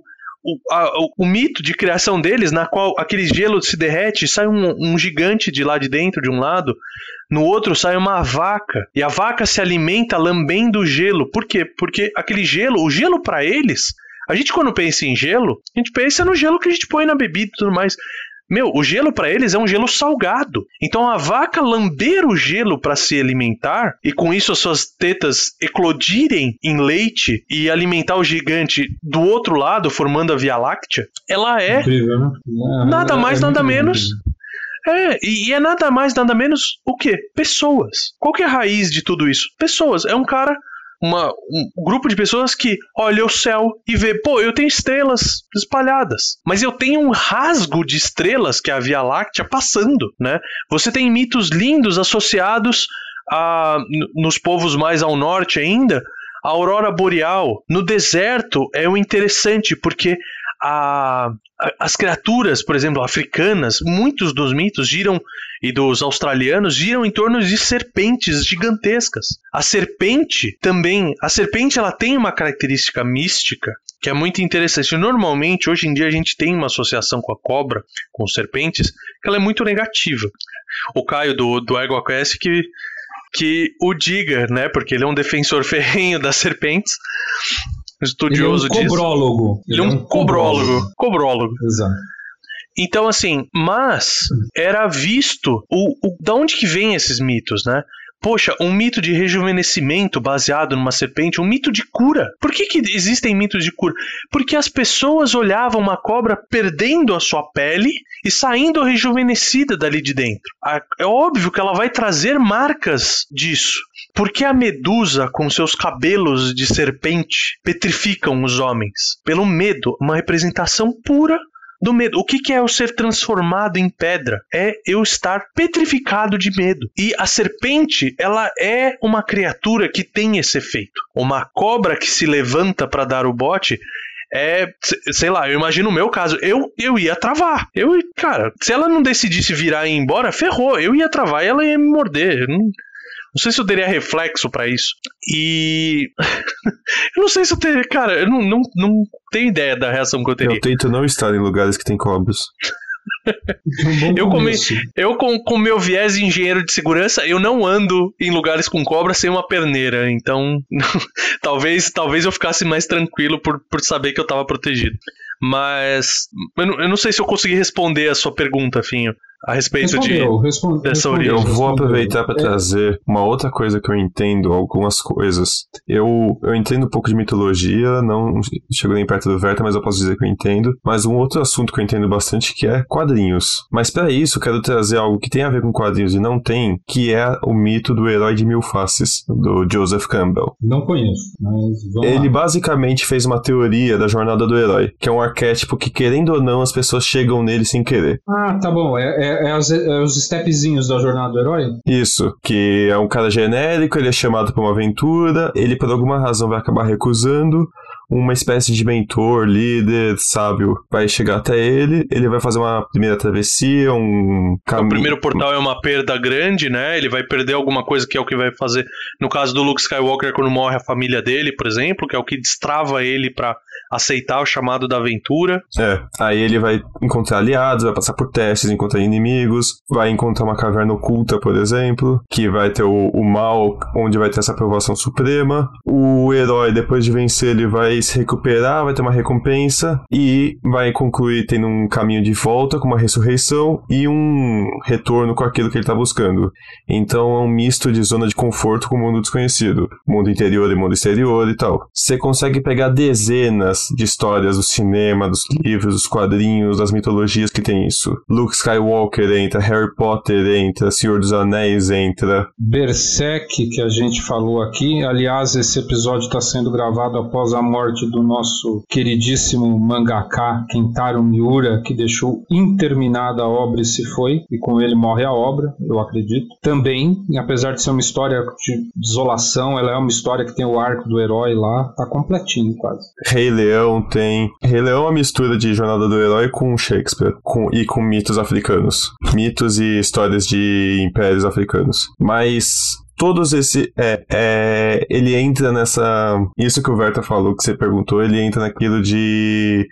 mito de criação deles, na qual aquele gelo se derrete e sai um gigante de lá de dentro, de um lado. No outro sai uma vaca. E a vaca se alimenta lambendo o gelo. Por quê? Porque aquele gelo, o gelo pra eles... A gente quando pensa em gelo, a gente pensa no gelo que a gente põe na bebida e tudo mais. O gelo para eles é um gelo salgado. Então a vaca lamber o gelo para se alimentar e com isso as suas tetas eclodirem em leite e alimentar o gigante do outro lado, formando a Via Láctea, ela é incrível, né? Nada mais, nada menos. E é nada mais, nada menos o quê? Pessoas. Qual que é a raiz de tudo isso? Pessoas. É um cara... um grupo de pessoas que olha o céu e vê, eu tenho estrelas espalhadas, mas eu tenho um rasgo de estrelas, que é a Via Láctea, passando, né? Você tem mitos lindos associados nos povos mais ao norte ainda, A aurora boreal no deserto é o interessante, porque as criaturas, por exemplo, africanas, muitos dos mitos giram, e dos australianos, giram em torno de serpentes gigantescas. A serpente ela tem uma característica mística que é muito interessante. Normalmente, hoje em dia, a gente tem uma associação com a cobra, com serpentes, que ela é muito negativa. O Caio do EgoQuest que o diga, né? Porque ele é um defensor ferrenho das serpentes, estudioso disso.
Ele é um
cobrólogo.
Exato.
Então, assim, mas era visto da onde que vem esses mitos, né? Poxa, um mito de rejuvenescimento baseado numa serpente, um mito de cura. Por que existem mitos de cura? Porque as pessoas olhavam uma cobra perdendo a sua pele e saindo rejuvenescida dali de dentro. É óbvio que ela vai trazer marcas disso. Porque a medusa, com seus cabelos de serpente, petrificam os homens? Pelo medo, uma representação pura do medo. O que é o ser transformado em pedra? É eu estar petrificado de medo. E a serpente, ela é uma criatura que tem esse efeito. Uma cobra que se levanta para dar o bote sei lá, eu imagino o meu caso, eu ia travar. Cara, se ela não decidisse virar e ir embora, ferrou. Eu ia travar e ela ia me morder. Não sei se eu teria reflexo pra isso. E eu não sei se eu teria... Cara, eu não tenho ideia da reação que eu teria.
Eu tento não estar em lugares que tem cobras.
Eu com meu viés de engenheiro de segurança, eu não ando em lugares com cobra sem uma perneira. Então, talvez eu ficasse mais tranquilo por saber que eu tava protegido. Mas eu não sei se eu consegui responder a sua pergunta, Finho, a respeito dessa origem.
Eu vou aproveitar para trazer uma outra coisa que eu entendo, algumas coisas. Eu entendo um pouco de mitologia, não chego nem perto do Verta, mas eu posso dizer que eu entendo. Mas um outro assunto que eu entendo bastante, que é quadrinhos. Mas para isso, eu quero trazer algo que tem a ver com quadrinhos e não tem, que é o mito do herói de mil faces, do Joseph Campbell.
Não conheço, mas
Ele basicamente fez uma teoria da jornada do herói, que é um arquétipo que, querendo ou não, as pessoas chegam nele sem querer.
Ah, tá bom. É os stepzinhos da jornada do herói?
Isso, que é um cara genérico, ele é chamado pra uma aventura, ele por alguma razão vai acabar recusando, uma espécie de mentor, líder, sábio, vai chegar até ele vai fazer uma primeira travessia, um caminho...
O primeiro portal é uma perda grande, né? Ele vai perder alguma coisa que é o que vai fazer, no caso do Luke Skywalker, quando morre a família dele, por exemplo, que é o que destrava ele pra aceitar o chamado da aventura.
Aí ele vai encontrar aliados, vai passar por testes, encontrar inimigos, vai encontrar uma caverna oculta, por exemplo, que vai ter o mal, onde vai ter essa aprovação suprema. O herói, depois de vencer, ele vai se recuperar, vai ter uma recompensa e vai concluir tendo um caminho de volta com uma ressurreição e um retorno com aquilo que ele tá buscando. Então é um misto de zona de conforto com o mundo desconhecido, mundo interior e mundo exterior e tal. Você consegue pegar dezenas de histórias do cinema, dos livros, dos quadrinhos, das mitologias que tem isso. Luke Skywalker entra, Harry Potter entra, Senhor dos Anéis entra.
Berserk, que a gente falou aqui, aliás, esse episódio está sendo gravado após a morte do nosso queridíssimo mangaka Kentaro Miura, que deixou interminada a obra e se foi, e com ele morre a obra, eu acredito. Também, apesar de ser uma história de desolação, ela é uma história que tem o arco do herói lá, tá completinho quase.
Rei Leão tem... Rei Leão é uma mistura de Jornada do Herói com Shakespeare e com mitos africanos. Mitos e histórias de impérios africanos. Mas... todos esse... ele entra nessa... Isso que o Verta falou, que você perguntou, ele entra naquilo de...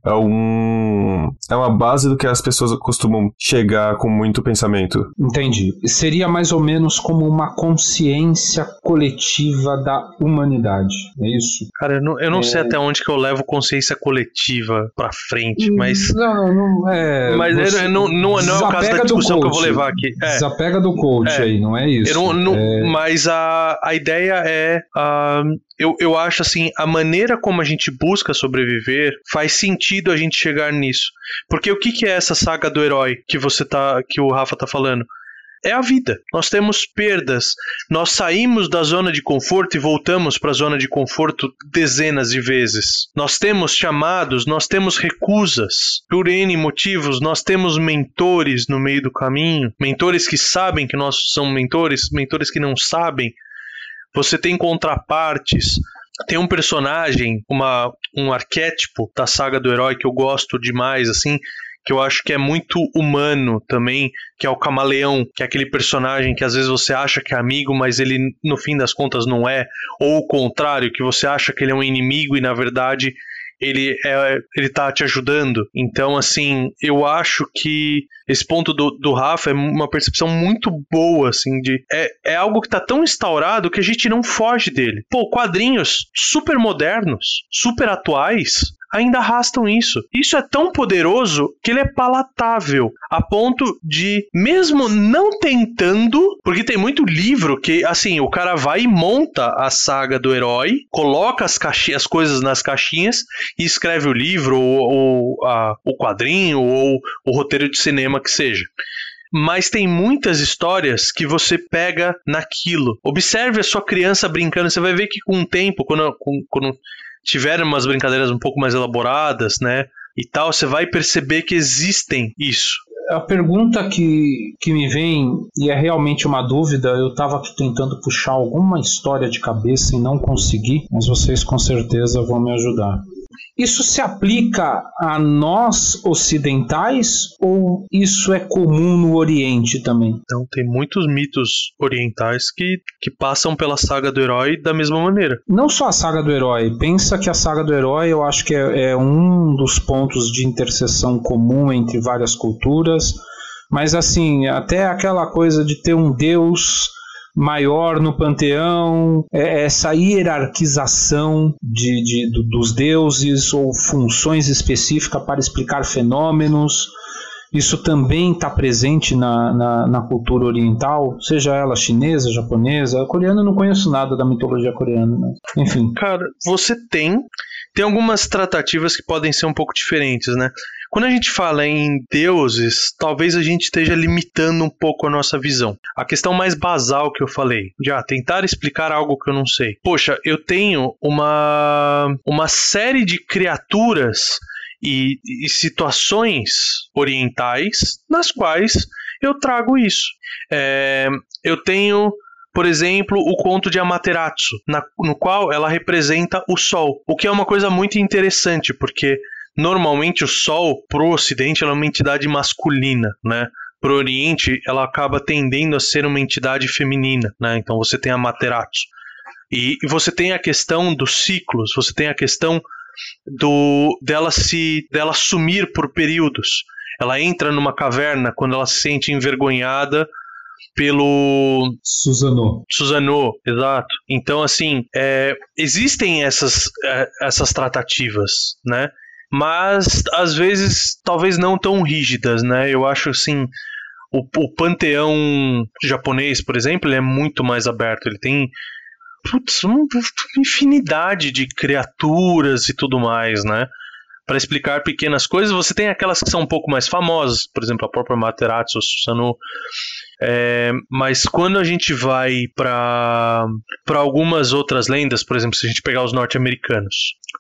É uma base do que as pessoas costumam chegar com muito pensamento.
Entendi. Seria mais ou menos como uma consciência coletiva da humanidade, é isso?
Cara, eu não sei até onde que eu levo consciência coletiva pra frente, mas...
Não é...
Mas não é o caso da discussão que eu vou levar aqui.
Desapega do coach aí, não é isso.
Mas a ideia é... Eu acho assim, a maneira como a gente busca sobreviver faz sentido a gente chegar nisso. Porque o que é essa saga do herói que o Rafa tá falando? É a vida. Nós temos perdas. Nós saímos da zona de conforto e voltamos para a zona de conforto dezenas de vezes. Nós temos chamados, nós temos recusas. Por N motivos, nós temos mentores no meio do caminho. Mentores que sabem que nós somos mentores, mentores que não sabem. Você tem contrapartes. tem um personagem, um arquétipo da saga do herói que eu gosto demais, assim, que eu acho que é muito humano também, que é o Camaleão, que é aquele personagem que às vezes você acha que é amigo, mas ele no fim das contas não é, ou o contrário, que você acha que ele é um inimigo e na verdade ele tá te ajudando. Então, assim, eu acho que esse ponto do Rafa é uma percepção muito boa, assim, é algo que tá tão instaurado que a gente não foge dele. Pô, quadrinhos super modernos, super atuais, ainda arrastam isso. Isso é tão poderoso que ele é palatável, a ponto de, mesmo não tentando, porque tem muito livro que, assim, o cara vai e monta a saga do herói, coloca as coisas nas caixinhas e escreve o livro, ou o quadrinho, ou o roteiro de cinema que seja. Mas tem muitas histórias que você pega naquilo. Observe a sua criança brincando, você vai ver que com o tempo, quando tiver umas brincadeiras um pouco mais elaboradas, né, e tal, você vai perceber que existem isso.
A pergunta que me vem, e é realmente uma dúvida, eu estava aqui tentando puxar alguma história de cabeça e não consegui, mas vocês com certeza vão me ajudar. Isso se aplica a nós ocidentais ou isso é comum no Oriente também?
Então, tem muitos mitos orientais que passam pela saga do herói da mesma maneira.
Não só a saga do herói. Pensa que a saga do herói eu acho que é um dos pontos de interseção comum entre várias culturas, mas assim, até aquela coisa de ter um deus maior no panteão, essa hierarquização dos deuses ou funções específicas para explicar fenômenos, isso também está presente na cultura oriental, seja ela chinesa, japonesa, coreana. Eu não conheço nada da mitologia coreana, mas, enfim.
Cara, você tem algumas tratativas que podem ser um pouco diferentes, né? Quando a gente fala em deuses, talvez a gente esteja limitando um pouco a nossa visão. A questão mais basal que eu falei, tentar explicar algo que eu não sei. Poxa, eu tenho uma série de criaturas e situações orientais nas quais eu trago isso. Eu tenho, por exemplo, o conto de Amaterasu, no qual ela representa o Sol, o que é uma coisa muito interessante, porque normalmente o Sol, pro Ocidente, ela é uma entidade masculina, né? Pro Oriente, ela acaba tendendo a ser uma entidade feminina, né? Então você tem a Amaterasu. E você tem a questão dos ciclos, você tem a questão dela sumir por períodos. Ela entra numa caverna quando ela se sente envergonhada pelo Susanoo, exato. Então, assim, existem essas tratativas, né? Mas às vezes talvez não tão rígidas, né? Eu acho assim, o panteão japonês, por exemplo, ele é muito mais aberto. Ele tem uma infinidade de criaturas e tudo mais, né? Para explicar pequenas coisas, você tem aquelas que são um pouco mais famosas, por exemplo, a própria Amaterasu, Susanoo. Mas quando a gente vai para algumas outras lendas, por exemplo, se a gente pegar os norte-americanos,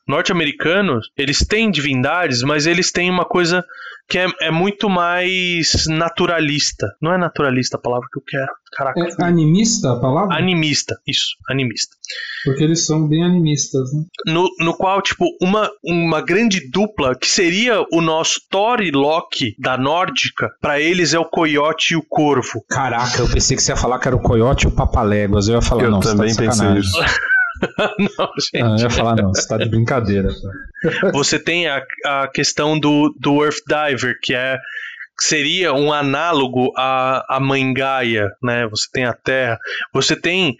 eles têm divindades, mas eles têm uma coisa que é muito mais naturalista. Não é naturalista a palavra que eu quero. Caraca.
É animista a palavra?
Animista, isso, animista.
Porque eles são bem animistas, né?
No qual, tipo, uma grande dupla, que seria o nosso Thor e Loki da nórdica, pra eles é o coiote e o corvo.
Caraca, eu pensei que você ia falar que era o coiote e o papaléguas. Eu ia falar,
eu
não,
também
você tá de
pensei
sacanagem.
isso.
Não, gente.
Não, eu ia falar, não, você tá de brincadeira.
Você tem a questão do Earth Diver, que seria um análogo à Mãe Gaia, né? Você tem a Terra. Você tem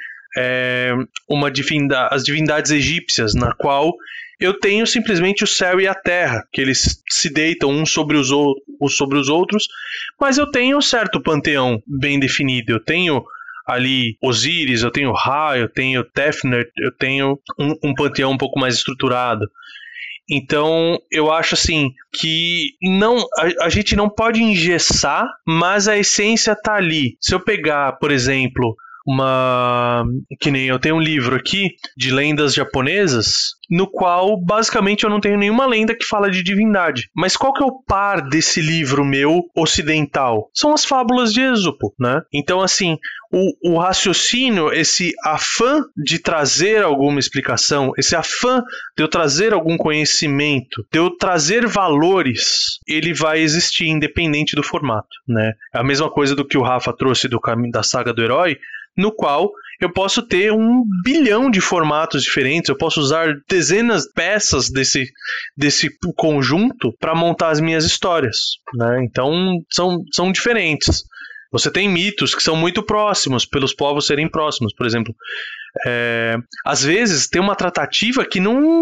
as divindades egípcias, na qual eu tenho simplesmente o céu e a terra, que eles se deitam uns sobre os outros, mas eu tenho um certo panteão bem definido. Eu tenho ali Osíris, eu tenho Ra, eu tenho Tefnut, eu tenho um panteão um pouco mais estruturado. Então, eu acho assim que a gente não pode engessar, mas a essência tá ali. Se eu pegar, por exemplo, que nem eu tenho um livro aqui de lendas japonesas, no qual basicamente eu não tenho nenhuma lenda que fala de divindade. Mas qual que é o par desse livro meu ocidental? São as fábulas de Êxopo, né? Então, assim, o raciocínio, esse afã de trazer alguma explicação, esse afã de eu trazer algum conhecimento, de eu trazer valores, ele vai existir independente do formato, né? É a mesma coisa do que o Rafa trouxe do caminho da saga do herói, no qual eu posso ter 1 bilhão de formatos diferentes, eu posso usar dezenas de peças desse conjunto para montar as minhas histórias, né? Então são diferentes. Você tem mitos que são muito próximos, pelos povos serem próximos. Por exemplo, às vezes tem uma tratativa que não...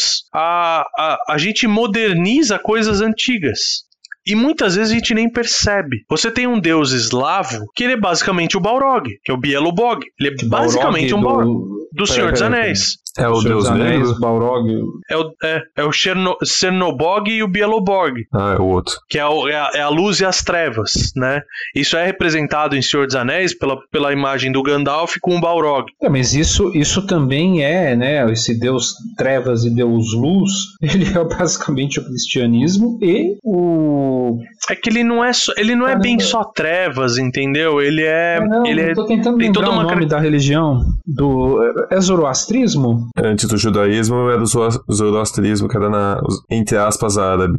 a gente moderniza coisas antigas. E muitas vezes a gente nem percebe. Você tem um deus eslavo, que ele é basicamente o Balrog, que é o Bielobog. Ele é basicamente um Balrog. Do Senhor dos Anéis.
É o Deus Negro?
Balrog.
É o Chernobog e o Bielobog.
Ah, é o outro.
Que é a luz e as trevas, né? Isso é representado em Senhor dos Anéis pela imagem do Gandalf com o Balrog.
Mas isso também é, esse Deus trevas e Deus luz, ele é basicamente o cristianismo e o...
É que ele não é bem só trevas, entendeu? Ele é...
eu tô tentando lembrar o nome da religião é zoroastrismo?
Antes do judaísmo era o zoroastrismo, que era entre aspas, árabe.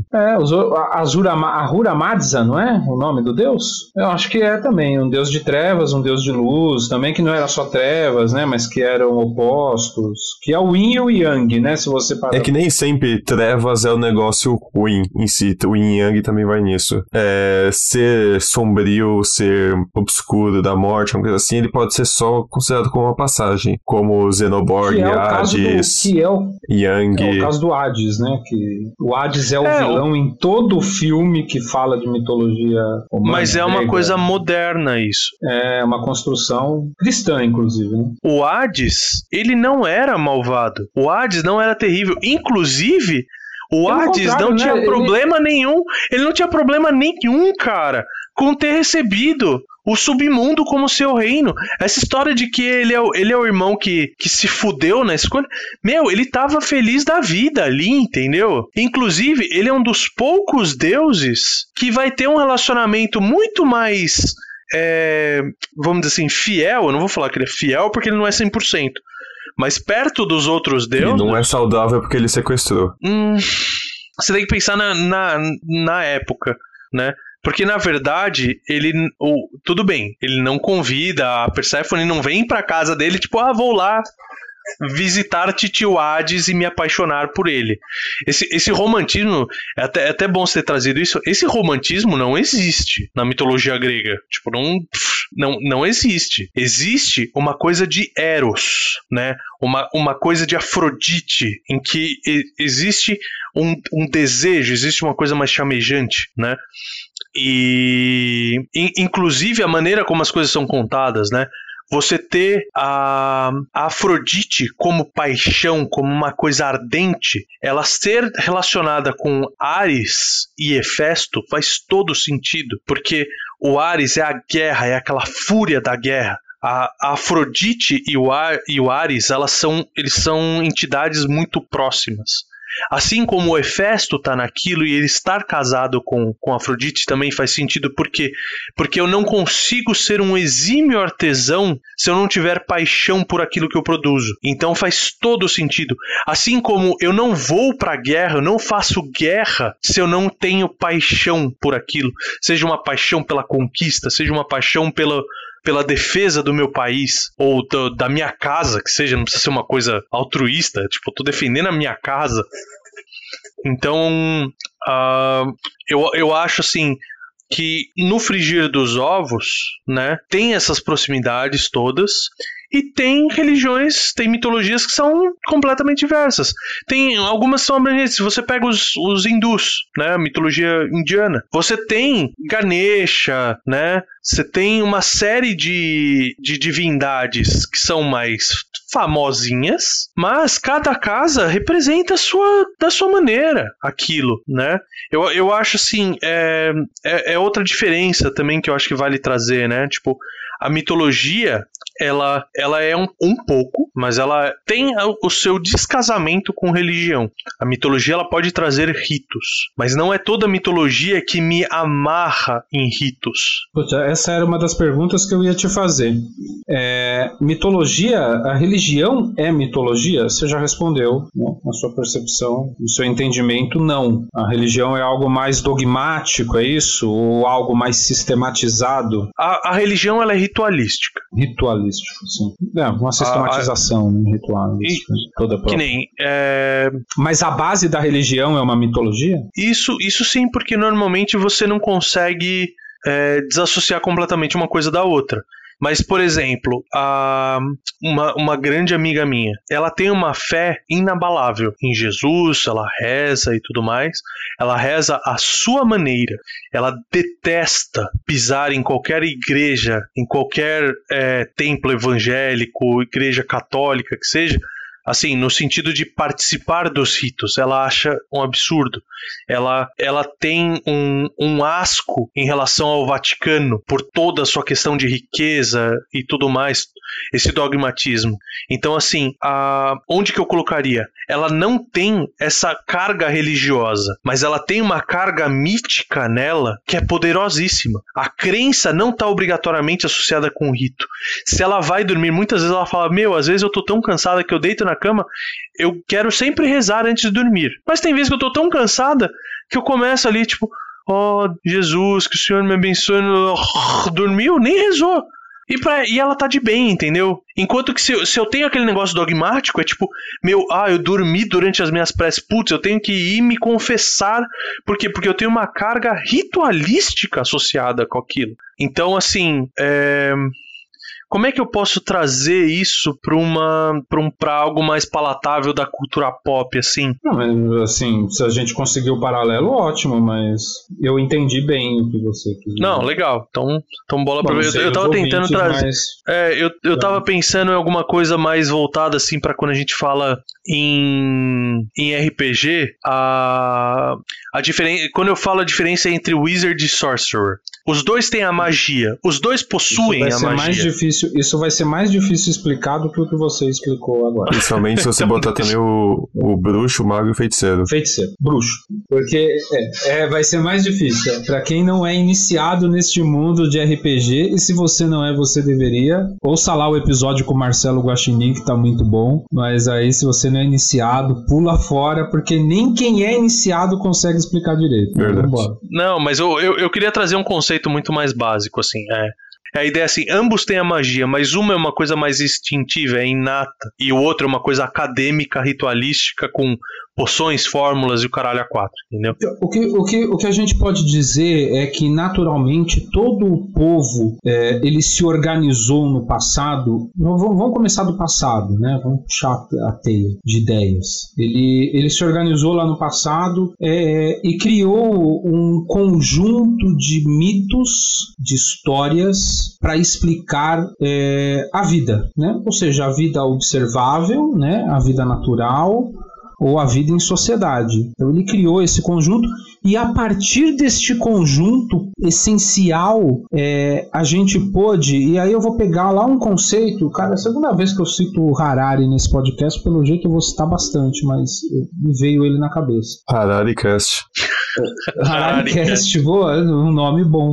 Ahura Mazda, não é o nome do deus? Eu acho que é também um deus de trevas, um deus de luz, também que não era só trevas, né, mas que eram opostos, que é o yin e o yang, né, se você parar.
É que nem sempre trevas é o negócio ruim em si, o yin e yang também vai nisso. Ser sombrio, ser obscuro da morte, uma coisa assim, ele pode ser só considerado como uma passagem, como Xenoborg, Hades, Yang.
É o caso do Hades, né? Que o Hades é o vilão em todo filme que fala de mitologia romana.
Mas é uma coisa moderna isso.
É uma construção cristã, inclusive, né?
O Hades, ele não era malvado. O Hades não era terrível. Inclusive, o Hades não tinha problema nenhum. Ele não tinha problema nenhum, cara, com ter recebido o submundo como seu reino. Essa história de que ele é o irmão que se fudeu na escolha. Ele tava feliz da vida ali, entendeu? Inclusive, ele é um dos poucos deuses que vai ter um relacionamento muito mais, vamos dizer assim, fiel. Eu não vou falar que ele é fiel porque ele não é 100%. Mas perto dos outros deuses...
E não é saudável porque ele sequestrou.
Você tem que pensar na época, né? Porque, na verdade, tudo bem, ele não convida, a Perséfone não vem pra casa dele, tipo, vou lá visitar Titio Hades e me apaixonar por ele. Esse romantismo, é até bom você ter trazido isso, esse romantismo não existe na mitologia grega. Tipo, não existe. Existe uma coisa de Eros, né? Uma coisa de Afrodite, em que existe um desejo, existe uma coisa mais chamejante, né? E inclusive a maneira como as coisas são contadas, né? Você ter a Afrodite como paixão, como uma coisa ardente, ela ser relacionada com Ares e Hefesto faz todo sentido, porque o Ares é a guerra, é aquela fúria da guerra. A Afrodite e o Ares, eles são entidades muito próximas. Assim como o Hefesto está naquilo e ele estar casado com Afrodite também faz sentido, porque eu não consigo ser um exímio artesão se eu não tiver paixão por aquilo que eu produzo. Então faz todo sentido. Assim como eu não vou para a guerra, eu não faço guerra se eu não tenho paixão por aquilo. Seja uma paixão pela conquista, seja uma paixão pela defesa do meu país, ou da minha casa, que seja, não precisa ser uma coisa altruísta, tipo, eu tô defendendo a minha casa. Então, eu acho assim, que no frigir dos ovos, né, tem essas proximidades todas, e tem religiões, tem mitologias que são completamente diversas. Tem algumas que são abrangentes. Se você pega os hindus, né, a mitologia indiana, você tem Ganesha, né, você tem uma série de divindades que são mais famosinhas, mas cada casa representa da sua maneira aquilo, né? Eu acho assim, é outra diferença também que eu acho que vale trazer, né? Tipo, a mitologia, ela é um pouco, mas ela tem o seu descasamento com religião. A mitologia ela pode trazer ritos, mas não é toda mitologia que me amarra em ritos.
Puta, essa era uma das perguntas que eu ia te fazer. Mitologia, a religião é mitologia? Você já respondeu, né? Na sua percepção, no seu entendimento, não. A religião é algo mais dogmático, é isso? Ou algo mais sistematizado?
A religião ela é ritualística.
Ritualístico, sim. Uma sistematização ritualística. Toda própria.
Que nem...
Mas a base da religião é uma mitologia?
Isso sim, porque normalmente você não consegue desassociar completamente uma coisa da outra. Mas, por exemplo, uma grande amiga minha, ela tem uma fé inabalável em Jesus, ela reza e tudo mais. Ela reza à sua maneira. Ela detesta pisar em qualquer igreja, em qualquer templo evangélico, igreja católica que seja, assim, no sentido de participar dos ritos. Ela acha um absurdo. Ela tem um asco em relação ao Vaticano por toda a sua questão de riqueza e tudo mais, esse dogmatismo. Então, assim, onde que eu colocaria? Ela não tem essa carga religiosa, mas ela tem uma carga mítica nela que é poderosíssima. A crença não está obrigatoriamente associada com o rito. Se ela vai dormir, muitas vezes ela fala, às vezes eu tô tão cansada que eu deito na cama, eu quero sempre rezar antes de dormir. Mas tem vezes que eu tô tão cansada que eu começo ali, tipo, Jesus, que o Senhor me abençoe. Dormiu, nem rezou. E ela tá de bem, entendeu? Enquanto que se eu tenho aquele negócio dogmático, é tipo, eu dormi durante as minhas preces, eu tenho que ir me confessar. Por quê? Porque eu tenho uma carga ritualística associada com aquilo. Então, assim, como é que eu posso trazer isso para algo mais palatável da cultura pop, assim?
Não, mas, assim, se a gente conseguiu o paralelo, ótimo, mas eu entendi bem o que você quis dizer.
Não, legal. Então bola pra ver. Eu tava tentando trazer... Eu tava pensando em alguma coisa mais voltada, assim, para quando a gente fala em RPG, quando eu falo a diferença entre Wizard e Sorcerer. Os dois têm a magia. Os dois possuem a magia.
Isso vai ser mais difícil explicar do que o que você explicou agora.
Principalmente se você botar também o bruxo, o mago e o feiticeiro.
Feiticeiro, bruxo. Porque vai ser mais difícil. Pra quem não é iniciado neste mundo de RPG, e se você não é, você deveria. Ouça lá o episódio com o Marcelo Guaxinim, que tá muito bom. Mas aí, se você não é iniciado, pula fora, porque nem quem é iniciado consegue explicar direito.
Verdade.
Não, mas eu queria trazer um conceito muito mais básico, assim. A ideia é assim, ambos têm a magia, mas uma é uma coisa mais instintiva, é inata, e o outro é uma coisa acadêmica, ritualística, com poções, fórmulas e o caralho a quatro, entendeu?
O que a gente pode dizer é que naturalmente todo o povo ele se organizou no passado. Vamos começar do passado, né? Vamos puxar a teia de ideias. Ele se organizou lá no passado e criou um conjunto de mitos, de histórias para explicar a vida, né? Ou seja, a vida observável, né? A vida natural, ou a vida em sociedade. Então ele criou esse conjunto e a partir deste conjunto essencial a gente pôde, e aí eu vou pegar lá um conceito, cara, é a segunda vez que eu cito o Harari nesse podcast, pelo jeito eu vou citar bastante, mas me veio ele na cabeça.
HarariCast.
HarariCast, boa, um nome bom.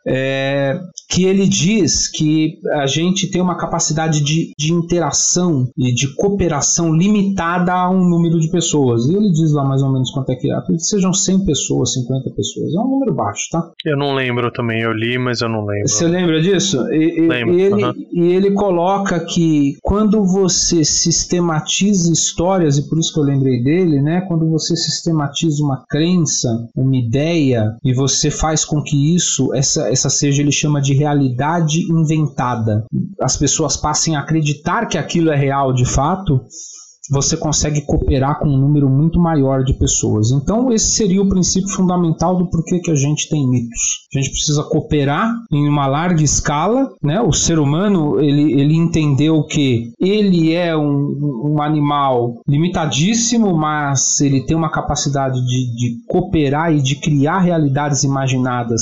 Que ele diz que a gente tem uma capacidade de interação e de cooperação limitada a um número de pessoas. E ele diz lá mais ou menos quanto é que acredito que sejam 100 pessoas, 50 pessoas. É um número baixo, tá?
Eu não lembro também, eu li, mas eu não lembro.
Você lembra disso?
Lembro.
E ele coloca que quando você sistematiza histórias, e por isso que eu lembrei dele, né? Quando você sistematiza uma crença, uma ideia, e você faz com que isso, essa seja, ele chama de realidade inventada. As pessoas passem a acreditar que aquilo é real de fato, você consegue cooperar com um número muito maior de pessoas. Então esse seria o princípio fundamental do porquê que a gente tem mitos. A gente precisa cooperar em uma larga escala, né? O ser humano ele entendeu que ele é um animal limitadíssimo, mas ele tem uma capacidade de cooperar e de criar realidades imaginadas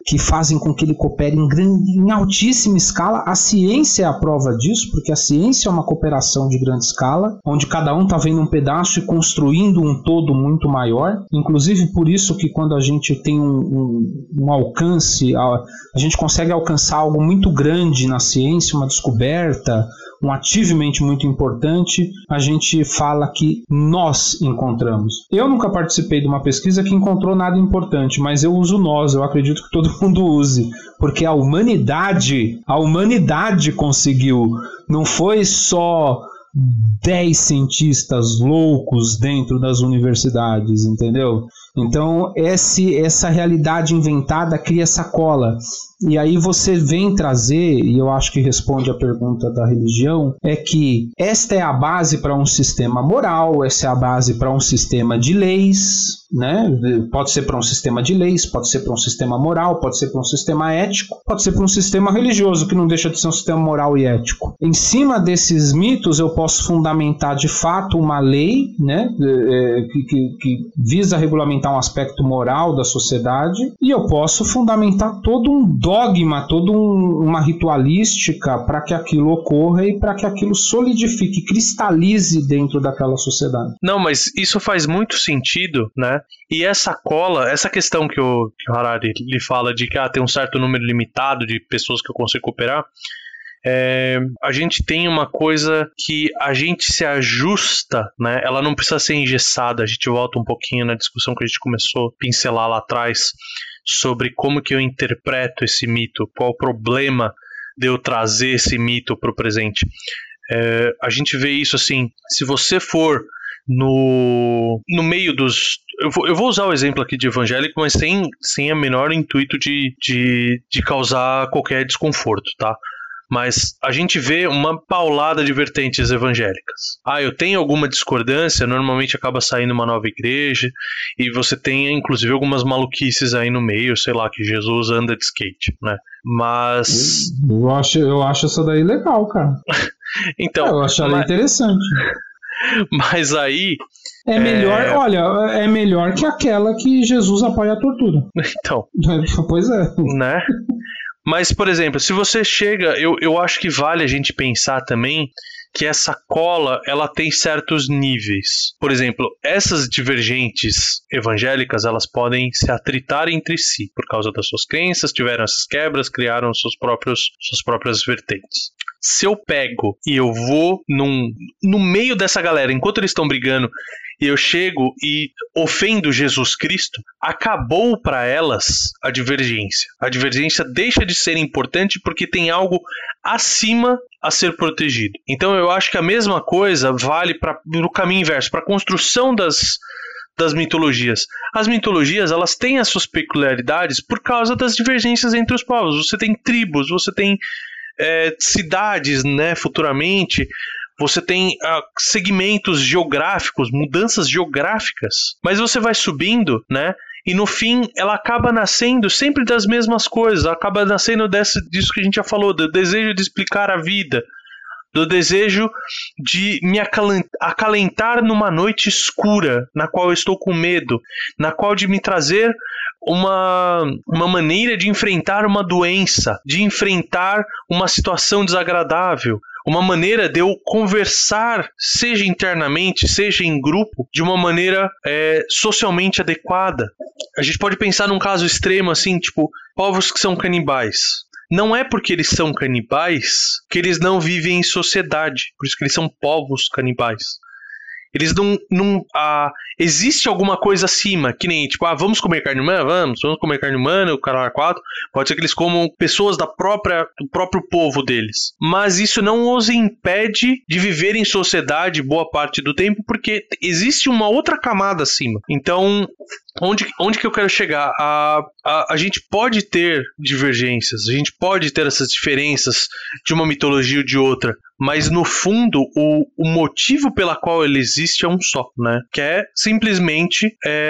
que fazem com que ele coopere em altíssima escala. A ciência é a prova disso, porque a ciência é uma cooperação de grande escala, onde cada um está vendo um pedaço e construindo um todo muito maior. Inclusive por isso que quando a gente tem um alcance, a gente consegue alcançar algo muito grande na ciência, uma descoberta, um achievement muito importante, a gente fala que nós encontramos. Eu nunca participei de uma pesquisa que encontrou nada importante, mas eu uso nós, eu acredito que todo mundo use, porque a humanidade conseguiu, não foi só 10 cientistas loucos dentro das universidades, entendeu? Então essa realidade inventada cria essa cola. E aí você vem trazer, e eu acho que responde a pergunta da religião, é que esta é a base para um sistema moral, essa é a base para um sistema de leis, né? Pode ser para um sistema de leis, pode ser para um sistema moral, pode ser para um sistema ético, pode ser para um sistema religioso, que não deixa de ser um sistema moral e ético. Em cima desses mitos eu posso fundamentar de fato uma lei, né? que visa regulamentar um aspecto moral da sociedade, e eu posso fundamentar todo um dogma, toda uma ritualística para que aquilo ocorra e para que aquilo solidifique, cristalize dentro daquela sociedade.
Não, mas isso faz muito sentido, né? E essa cola, essa questão que o Harari lhe fala de que tem um certo número limitado de pessoas que eu consigo cooperar, a gente tem uma coisa que a gente se ajusta, né? Ela não precisa ser engessada. A gente volta um pouquinho na discussão que a gente começou a pincelar lá atrás sobre como que eu interpreto esse mito, qual o problema de eu trazer esse mito para o presente. A gente vê isso assim, se você for no meio dos... Eu vou usar o exemplo aqui de evangélico, mas sem o menor intuito de causar qualquer desconforto, tá? Mas a gente vê uma paulada de vertentes evangélicas. Eu tenho alguma discordância, normalmente acaba saindo uma nova igreja, e você tem inclusive algumas maluquices aí no meio, sei lá, que Jesus anda de skate, né? Mas...
Eu acho essa daí legal, cara.
Então,
eu acho ela interessante.
Mas aí...
É melhor, olha, é melhor que aquela que Jesus apoia a tortura.
Então...
Pois é.
Né? Mas, por exemplo, se você chega... Eu acho que vale a gente pensar também que essa cola, ela tem certos níveis. Por exemplo, essas divergentes evangélicas, elas podem se atritar entre si por causa das suas crenças, tiveram essas quebras, criaram suas próprias vertentes. Se eu pego e eu vou no meio dessa galera, enquanto eles estão brigando, e eu chego e ofendo Jesus Cristo, acabou para elas a divergência. A divergência deixa de ser importante porque tem algo acima a ser protegido. Então eu acho que a mesma coisa vale no caminho inverso, para a construção das mitologias. As mitologias, elas têm as suas peculiaridades por causa das divergências entre os povos. Você tem tribos, você tem cidades, né, futuramente... Você tem segmentos geográficos, mudanças geográficas, mas você vai subindo, né? E no fim ela acaba nascendo sempre das mesmas coisas, acaba nascendo disso que a gente já falou, do desejo de explicar a vida, do desejo de me acalentar numa noite escura, na qual eu estou com medo, na qual de me trazer uma maneira de enfrentar uma doença, de enfrentar uma situação desagradável, uma maneira de eu conversar, seja internamente, seja em grupo, de uma maneira socialmente adequada. A gente pode pensar num caso extremo assim, tipo, povos que são canibais. Não é porque eles são canibais que eles não vivem em sociedade, por isso que eles são povos canibais. Eles não existe alguma coisa acima, que nem, tipo, vamos comer carne humana? Vamos comer carne humana, o caralho 4. Pode ser que eles comam pessoas do próprio povo deles. Mas isso não os impede de viver em sociedade boa parte do tempo, porque existe uma outra camada acima. Então, onde que eu quero chegar? A gente pode ter divergências, a gente pode ter essas diferenças de uma mitologia ou de outra, mas no fundo o motivo pela qual ele existe é um só, né? Que é simplesmente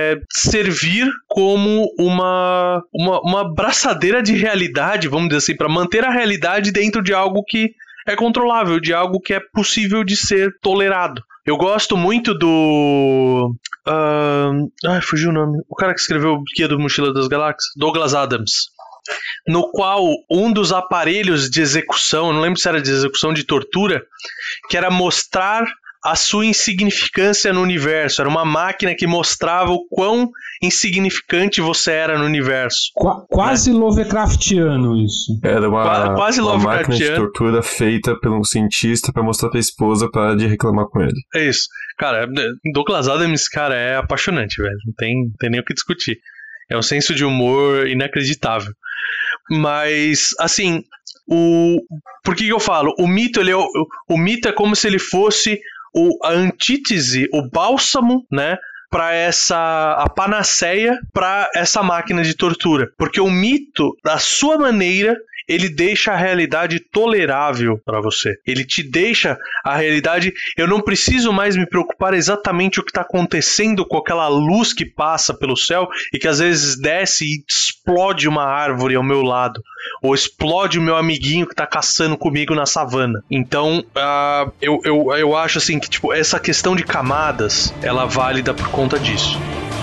servir como uma braçadeira de realidade, vamos dizer assim, para manter a realidade dentro de algo que é controlável, de algo que é possível de ser tolerado. Eu gosto muito do... fugiu o nome. O cara que escreveu o Guia do Mochila das Galáxias. Douglas Adams. no qual um dos aparelhos de execução, eu não lembro se era de execução de tortura, que era mostrar a sua insignificância no universo. Era uma máquina que mostrava o quão insignificante você era no universo.
Quase Lovecraftiano isso.
Era
quase
uma máquina de
Lovecraftiano.
tortura feita por um cientista pra mostrar pra esposa para de reclamar com ele.
É isso. Cara, Douglas Adams, cara, é apaixonante, velho. Não tem nem o que discutir. É um senso de humor inacreditável. Mas, assim, por que eu falo? O mito, o mito é como se ele fosse a antítese, o bálsamo, né? Para a panaceia para essa máquina de tortura. Porque o mito, da sua maneira, ele deixa a realidade tolerável para você. Ele te deixa a realidade... Eu não preciso mais me preocupar exatamente o que está acontecendo com aquela luz que passa pelo céu e que às vezes desce e explode uma árvore ao meu lado. Ou explode o meu amiguinho que está caçando comigo na savana. Então, eu acho assim que tipo, essa questão de camadas, ela é válida por conta disso.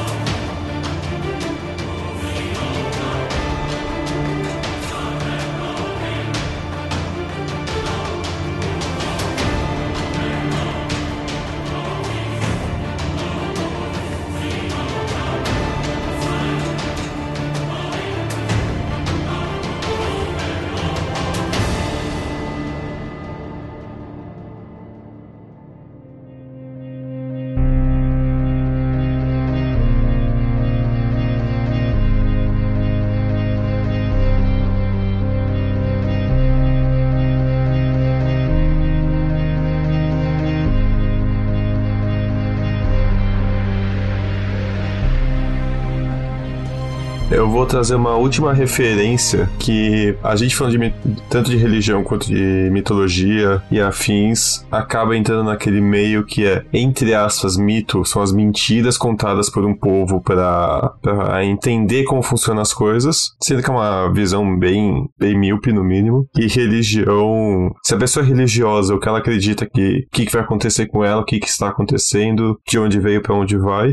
Eu vou trazer uma última referência que a gente falando tanto de religião quanto de mitologia e afins acaba entrando naquele meio que é, entre aspas, mito, são as mentiras contadas por um povo para entender como funcionam as coisas, sendo que é uma visão bem míope no mínimo. E religião, se a pessoa é religiosa, o que ela acredita que vai acontecer com ela, o que está acontecendo, de onde veio para onde vai.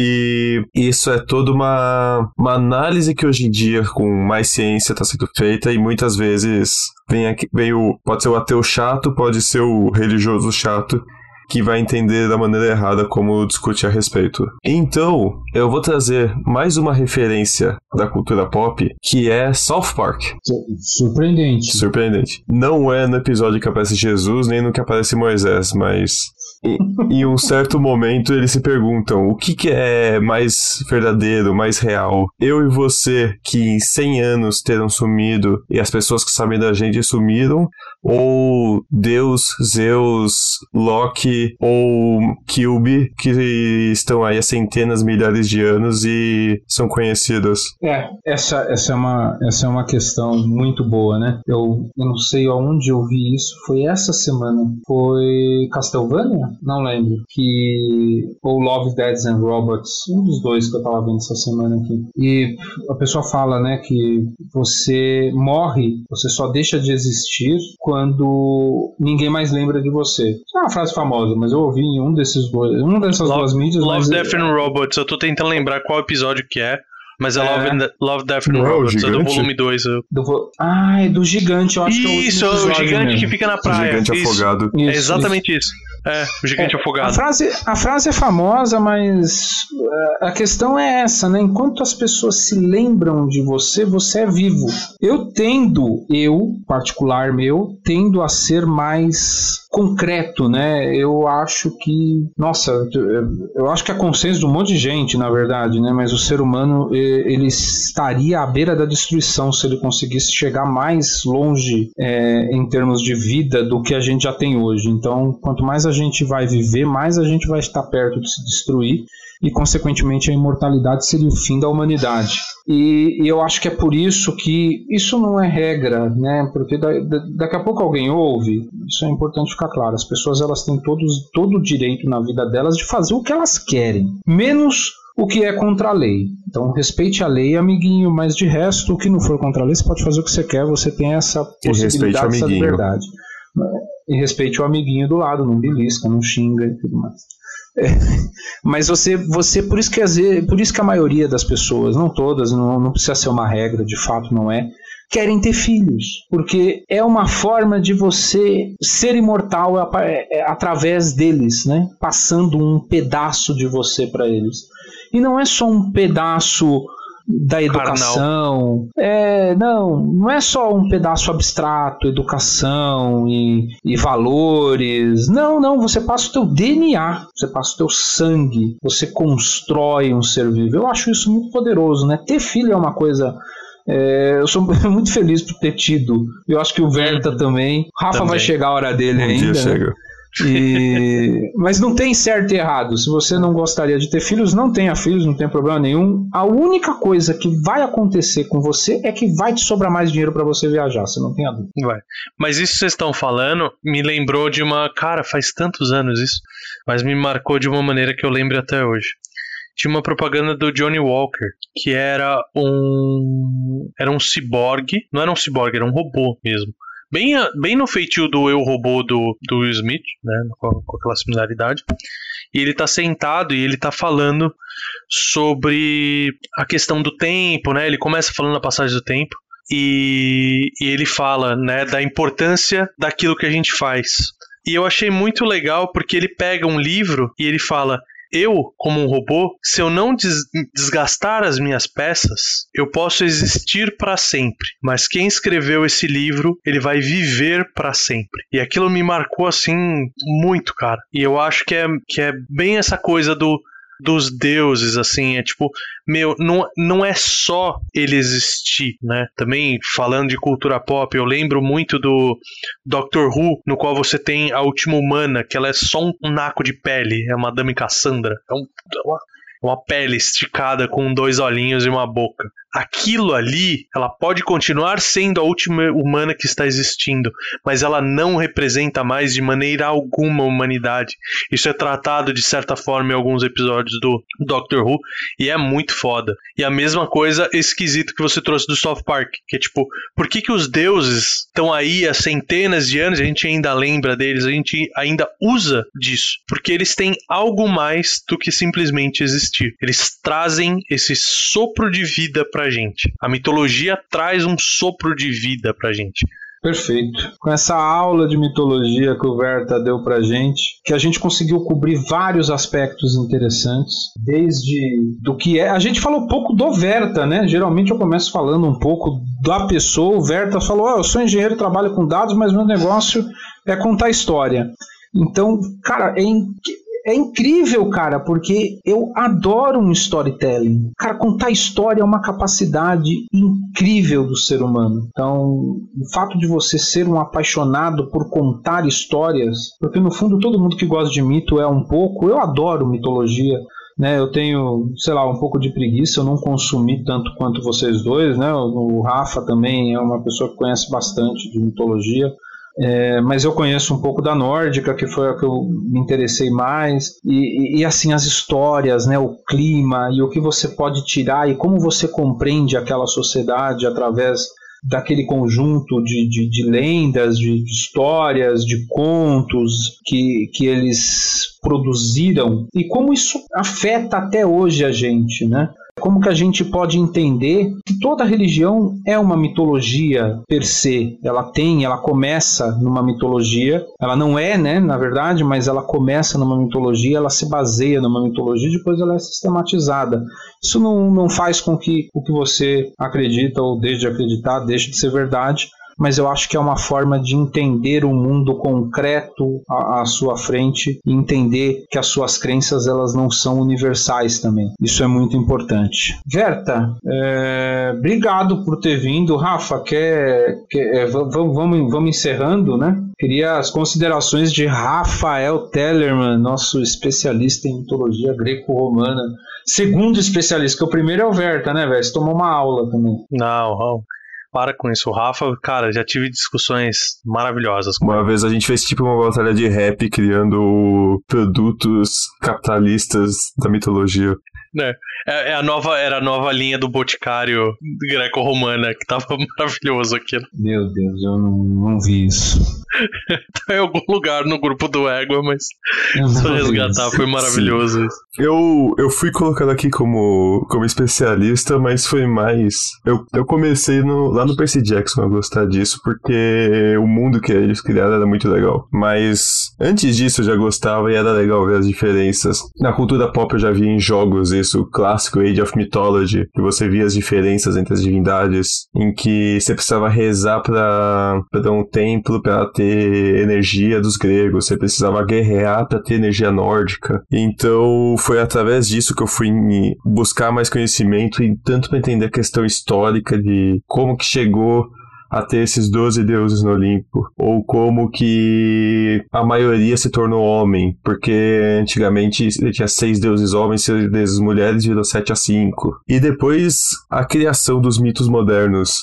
E isso é toda uma análise que hoje em dia, com mais ciência, está sendo feita, e muitas vezes pode ser o ateu chato, pode ser o religioso chato, que vai entender da maneira errada como discutir a respeito. Então, eu vou trazer mais uma referência da cultura pop, que é South Park. Surpreendente. Não é no episódio que aparece Jesus, nem no que aparece Moisés, mas... em um certo momento eles se perguntam o que é mais verdadeiro, mais real. Eu e você, que em 100 anos terão sumido e as pessoas que sabem da gente sumiram, ou Deus, Zeus, Loki ou Cube, que estão aí há centenas, milhares de anos e são conhecidas.
Essa é uma questão muito boa, né? Eu não sei aonde eu vi isso, foi essa semana. Foi Castlevania? Não lembro. Ou Love, Death and Robots, um dos dois que eu tava vendo essa semana aqui. E a pessoa fala, né, que você morre, você só deixa de existir quando ninguém mais lembra de você. Isso é uma frase famosa, mas eu ouvi em dessas duas mídias.
Love, Death and Robots, eu tô tentando lembrar qual episódio que é. Mas é Love, Death and Robots, é do volume 2.
É do gigante, eu acho que é o
Isso, o gigante
mesmo.
Que fica na praia.
O gigante afogado.
É exatamente isso. O gigante afogado.
A frase é famosa, mas a questão é essa, né? Enquanto as pessoas se lembram de você, você é vivo. Particular meu, tendo a ser mais concreto, né? Eu acho que é consenso de um monte de gente, na verdade, né? Mas o ser humano, ele estaria à beira da destruição se ele conseguisse chegar mais longe em termos de vida do que a gente já tem hoje. Então, quanto mais a gente vai viver, mais a gente vai estar perto de se destruir e, consequentemente, a imortalidade seria o fim da humanidade. E eu acho que é por isso que isso não é regra, né? Porque daqui a pouco alguém ouve, isso é importante ficar claro, as pessoas elas têm todo o direito na vida delas de fazer o que elas querem, menos o que é contra a lei. Então respeite a lei, amiguinho, mas de resto, o que não for contra a lei, você pode fazer o que você quer, você tem essa possibilidade, essa liberdade. E respeite o amiguinho do lado, não belisca, não xinga e tudo mais. Mas você por isso que a maioria das pessoas, não todas, não precisa ser uma regra, de fato não é, querem ter filhos, porque é uma forma de você ser imortal através deles, né? Passando um pedaço de você para eles. E não é só um pedaço da educação, não é só um pedaço abstrato, educação e valores, não, você passa o teu DNA, você passa o teu sangue, você constrói um ser vivo. Eu acho isso muito poderoso, né? Ter filho é uma coisa... eu sou muito feliz por ter tido. Eu acho que o Verta também. Rafa vai chegar a hora dele ainda.
Dia chega.
Mas não tem certo e errado. Se você não gostaria de ter filhos, não tenha filhos, não tem problema nenhum. A única coisa que vai acontecer com você é que vai te sobrar mais dinheiro para você viajar, você não tem a dúvida.
Vai. Mas isso que vocês estão falando me lembrou de uma... Cara, faz tantos anos isso, mas me marcou de uma maneira que eu lembro até hoje. Tinha uma propaganda do Johnny Walker, que era um ciborgue. Não era um ciborgue, era um robô mesmo. Bem no feitio do Eu Robô do Will Smith, né, com aquela similaridade. E ele tá sentado e ele tá falando sobre a questão do tempo, né? Ele começa falando a passagem do tempo e ele fala, né, da importância daquilo que a gente faz. E eu achei muito legal porque ele pega um livro e ele fala... Eu, como um robô, se eu não desgastar as minhas peças, eu posso existir para sempre. Mas quem escreveu esse livro, ele vai viver para sempre. E aquilo me marcou, assim, muito, cara. E eu acho que é bem essa coisa dos deuses, assim, é tipo, não é só ele existir, né? Também, falando de cultura pop, eu lembro muito do Doctor Who, no qual você tem a última humana, que ela é só um naco de pele, é a Madame Cassandra, uma pele esticada com 2 olhinhos e uma boca. Aquilo ali, ela pode continuar sendo a última humana que está existindo, mas ela não representa mais de maneira alguma a humanidade. Isso é tratado de certa forma em alguns episódios do Doctor Who e é muito foda. E a mesma coisa esquisito que você trouxe do South Park, que é tipo, por que os deuses estão aí há centenas de anos e a gente ainda lembra deles, a gente ainda usa disso? Porque eles têm algo mais do que simplesmente existir. Eles trazem esse sopro de vida pra gente. A mitologia traz um sopro de vida pra gente.
Perfeito. Com essa aula de mitologia que o Verta deu pra gente, que a gente conseguiu cobrir vários aspectos interessantes, desde do que é... A gente falou pouco do Verta, né? Geralmente eu começo falando um pouco da pessoa. O Verta falou, eu sou engenheiro, trabalho com dados, mas meu negócio é contar história. Então, cara, é incrível, cara, porque eu adoro um storytelling. Cara, contar história é uma capacidade incrível do ser humano. Então, o fato de você ser um apaixonado por contar histórias, porque no fundo todo mundo que gosta de mito é um pouco... Eu adoro mitologia, né? Eu tenho, sei lá, um pouco de preguiça, eu não consumi tanto quanto vocês dois, né? O Rafa também é uma pessoa que conhece bastante de mitologia. Mas eu conheço um pouco da nórdica, que foi a que eu me interessei mais, e assim as histórias, né, o clima e o que você pode tirar e como você compreende aquela sociedade através daquele conjunto de lendas, de histórias, de contos que eles produziram e como isso afeta até hoje a gente, né? Como que a gente pode entender que toda religião é uma mitologia per se. Ela começa numa mitologia, ela não é, né, na verdade, mas ela começa numa mitologia, ela se baseia numa mitologia, depois ela é sistematizada. Isso não faz com que o que você acredita ou deixe de acreditar deixe de ser verdade, mas eu acho que é uma forma de entender o mundo concreto à sua frente e entender que as suas crenças elas não são universais também. Isso é muito importante. Verta, obrigado por ter vindo. Rafa, vamos encerrando, né? Queria as considerações de Rafael Tellerman, nosso especialista em mitologia greco-romana. Segundo especialista, que o primeiro é o Verta, né, velho? Você tomou uma aula também.
Não. Para com isso, o Rafa, cara, já tive discussões maravilhosas.
Uma vez a gente fez tipo uma batalha de rap criando produtos capitalistas da mitologia.
Era a nova linha do Boticário greco-romana, que tava maravilhoso aquilo.
Meu Deus, eu não vi isso.
Tá em algum lugar no grupo do Égua, mas
Eu
só
não vi
resgatar,
isso.
foi maravilhoso isso.
Eu fui colocado aqui como especialista, mas foi mais... Eu comecei lá no Percy Jackson a gostar disso, porque o mundo que eles criaram era muito legal. Mas antes disso eu já gostava e era legal ver as diferenças. Na cultura pop eu já vi em jogos isso, o clássico Age of Mythology, que você via as diferenças entre as divindades, em que você precisava rezar pra um templo pra ter energia dos gregos, você precisava guerrear pra ter energia nórdica. Então foi através disso que eu fui buscar mais conhecimento e tanto pra entender a questão histórica de como que chegou a ter esses 12 deuses no Olimpo, ou como que a maioria se tornou homem, porque antigamente tinha 6 deuses homens, 6 deuses mulheres, virou 7 a 5. E depois a criação dos mitos modernos,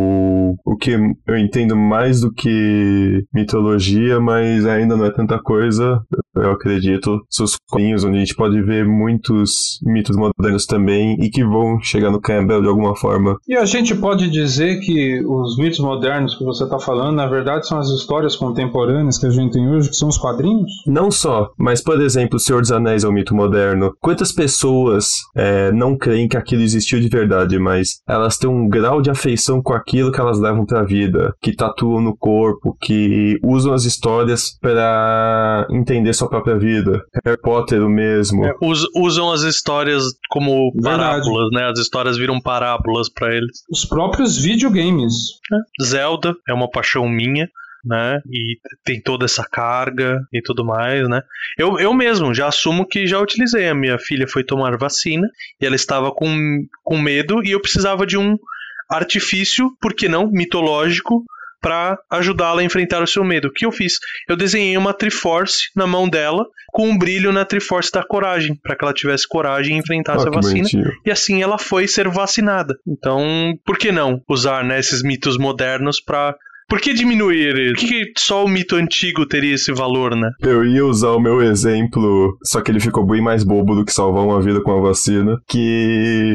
o que eu entendo mais do que mitologia, mas ainda não é tanta coisa, eu acredito, são os quadrinhos onde a gente pode ver muitos mitos modernos também e que vão chegar no Campbell de alguma forma.
E a gente pode dizer que os mitos modernos que você está falando, na verdade, são as histórias contemporâneas que a gente tem hoje, que são os quadrinhos?
Não só, mas, por exemplo, O Senhor dos Anéis é um mito moderno. Quantas pessoas não creem que aquilo existiu de verdade, mas elas têm um grau de afeição com aquilo que elas levam pra vida, que tatuam no corpo, que usam as histórias para entender sua própria vida. Harry Potter o mesmo.
Usam as histórias como
Verdade.
parábolas, né? As histórias viram parábolas pra eles.
Os próprios videogames.
Zelda é uma paixão minha, né? E tem toda essa carga e tudo mais, né? Eu mesmo já assumo que já utilizei. A minha filha foi tomar vacina e ela estava com medo e eu precisava de um artifício, por que não, mitológico, para ajudá-la a enfrentar o seu medo. O que eu fiz? Eu desenhei uma Triforce na mão dela, com um brilho na Triforce da coragem, para que ela tivesse coragem e enfrentasse a vacina.
Bonitinho.
E assim ela foi ser vacinada. Então, por que não usar, né, esses mitos modernos para... Por que diminuir ele? Por que só o mito antigo teria esse valor, né?
Eu ia usar o meu exemplo, só que ele ficou bem mais bobo do que salvar uma vida com a vacina, que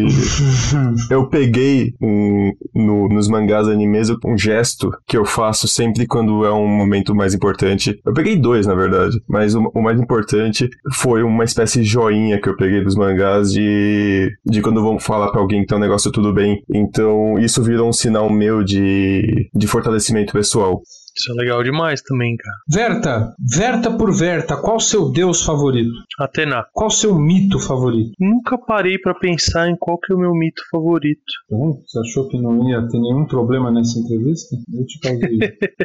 eu peguei nos mangás animes um gesto que eu faço sempre quando é um momento mais importante. Eu peguei 2, na verdade, mas o mais importante foi uma espécie de joinha que eu peguei dos mangás de quando vão falar pra alguém que tem um negócio tudo bem. Então isso virou um sinal meu de fortalecimento pessoal.
Isso é legal demais também, cara.
Verta por Verta, qual o seu deus favorito?
Atena.
Qual o seu mito favorito?
Nunca parei pra pensar em qual que é o meu mito favorito.
Então, você achou que não ia ter nenhum problema nessa entrevista? Eu te paguei.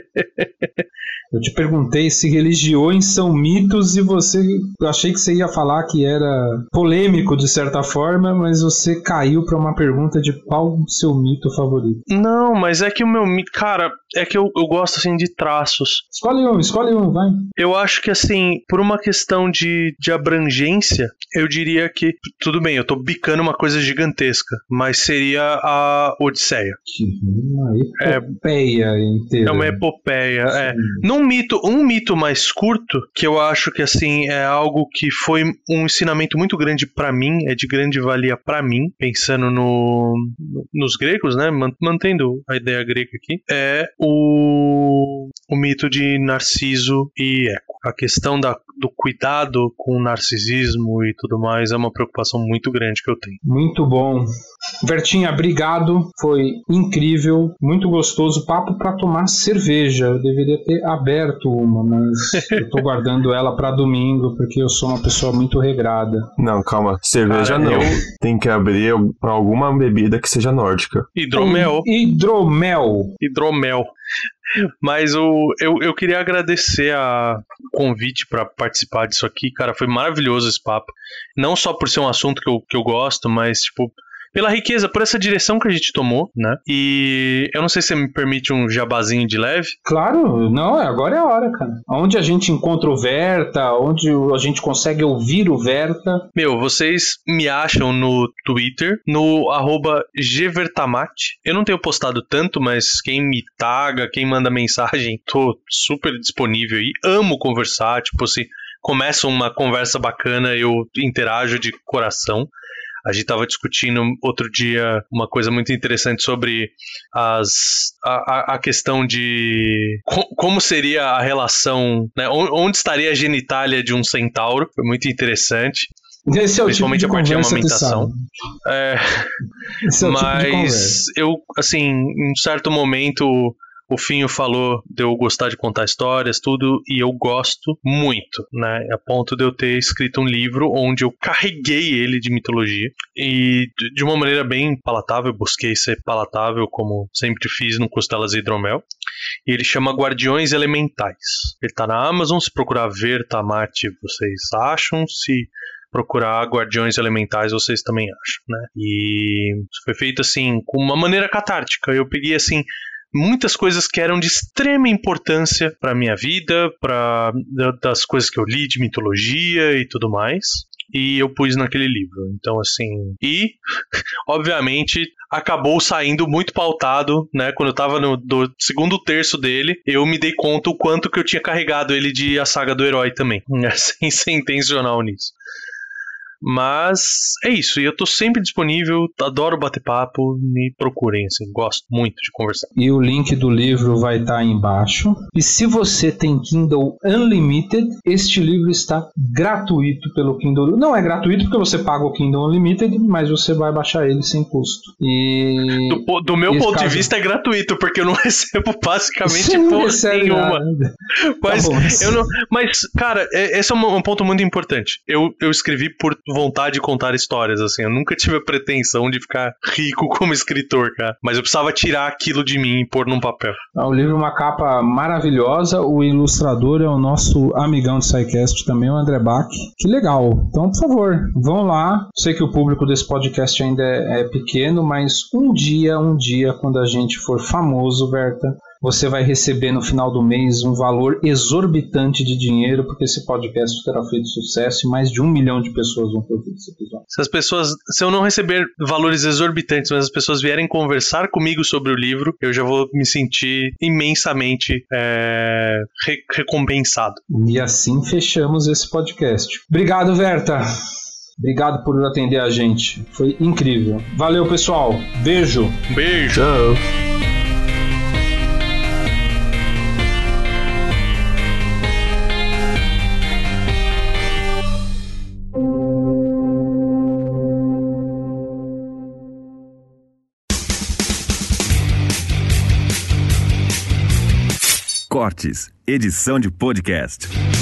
Eu te perguntei se religiões são mitos e eu achei que você ia falar que era polêmico de certa forma, mas você caiu pra uma pergunta de qual o seu mito favorito.
Não, mas é que o meu mito... Cara, é que eu gosto, assim, de traços.
Escolhe um, vai.
Eu acho que, assim, por uma questão de abrangência, eu diria que... Tudo bem, eu tô bicando uma coisa gigantesca, mas seria a Odisseia.
Uma epopeia inteira.
É uma epopeia, Um mito mais curto, que eu acho que, assim, é algo que foi um ensinamento muito grande pra mim, é de grande valia pra mim, pensando nos gregos, né, mantendo a ideia grega aqui, é o mito de Narciso e Eco. A questão do cuidado com o narcisismo e tudo mais é uma preocupação muito grande que eu tenho.
Muito bom. Vertinha, obrigado. Foi incrível, muito gostoso. Papo para tomar cerveja. Eu deveria ter aberto uma, mas eu tô guardando ela para domingo porque eu sou uma pessoa muito regrada.
Não, calma. Cerveja não. Tem que abrir alguma bebida que seja nórdica.
Hidromel. Mas eu queria agradecer o convite para participar disso aqui, cara, foi maravilhoso esse papo, não só por ser um assunto que eu gosto, mas tipo, pela riqueza, por essa direção que a gente tomou, né? E eu não sei se você me permite um jabazinho de leve.
Claro, não, agora é a hora, cara. Onde a gente encontra o Verta, onde a gente consegue ouvir o Verta.
Vocês me acham no Twitter, no @gvertamate. Eu não tenho postado tanto, mas quem me taga, quem manda mensagem, tô super disponível aí. Amo conversar, tipo, se começa uma conversa bacana, eu interajo de coração. A gente estava discutindo outro dia uma coisa muito interessante sobre a questão de como seria a relação, né? Onde estaria a genitália de um centauro. Foi muito interessante.
Esse é o
principalmente
tipo de
a parte de
conversa
amamentação.
Esse é o
mas
tipo de conversa.
eu, assim, em um certo momento o Finho falou de eu gostar de contar histórias, tudo, e eu gosto muito, né? A ponto de eu ter escrito um livro onde eu carreguei ele de mitologia e de uma maneira bem palatável, busquei ser palatável, como sempre fiz no Costelas e Hidromel. E ele chama Guardiões Elementais. Ele tá na Amazon, se procurar ver, tá, Marte, vocês acham, se procurar Guardiões Elementais, vocês também acham, né? E isso foi feito, assim, com uma maneira catártica. Eu peguei, assim, muitas coisas que eram de extrema importância para minha vida, das coisas que eu li de mitologia e tudo mais, e eu pus naquele livro. Então, assim, e obviamente acabou saindo muito pautado, né? Quando eu tava no segundo terço dele, eu me dei conta o quanto que eu tinha carregado ele de A Saga do Herói também, sem ser intencional nisso. Mas é isso, e eu tô sempre disponível, adoro bater papo, me procurem, assim, gosto muito de conversar.
E o link do livro vai estar aí embaixo. E se você tem Kindle Unlimited, este livro está gratuito pelo Kindle. Não é gratuito porque você paga o Kindle Unlimited, mas você vai baixar ele sem custo. E
do meu ponto de vista é gratuito, porque eu não recebo basicamente porra nenhuma. Mas, mas, cara, esse é um ponto muito importante. Eu escrevi por vontade de contar histórias, assim, eu nunca tive a pretensão de ficar rico como escritor, cara, mas eu precisava tirar aquilo de mim e pôr num papel.
O livro é uma capa maravilhosa, o ilustrador é o nosso amigão de SciCast também, o André Bach, que legal, então por favor, vão lá, sei que o público desse podcast ainda é pequeno, mas um dia, quando a gente for famoso, Berta, você vai receber no final do mês um valor exorbitante de dinheiro, porque esse podcast terá feito sucesso e mais de 1 milhão de pessoas vão ter ouvido esse episódio.
Se eu não receber valores exorbitantes, mas as pessoas vierem conversar comigo sobre o livro, eu já vou me sentir imensamente recompensado.
E assim fechamos esse podcast. Obrigado, Verta. Obrigado por atender a gente. Foi incrível. Valeu, pessoal. Beijo.
Beijo.
Tchau.
Cortes, edição de podcast.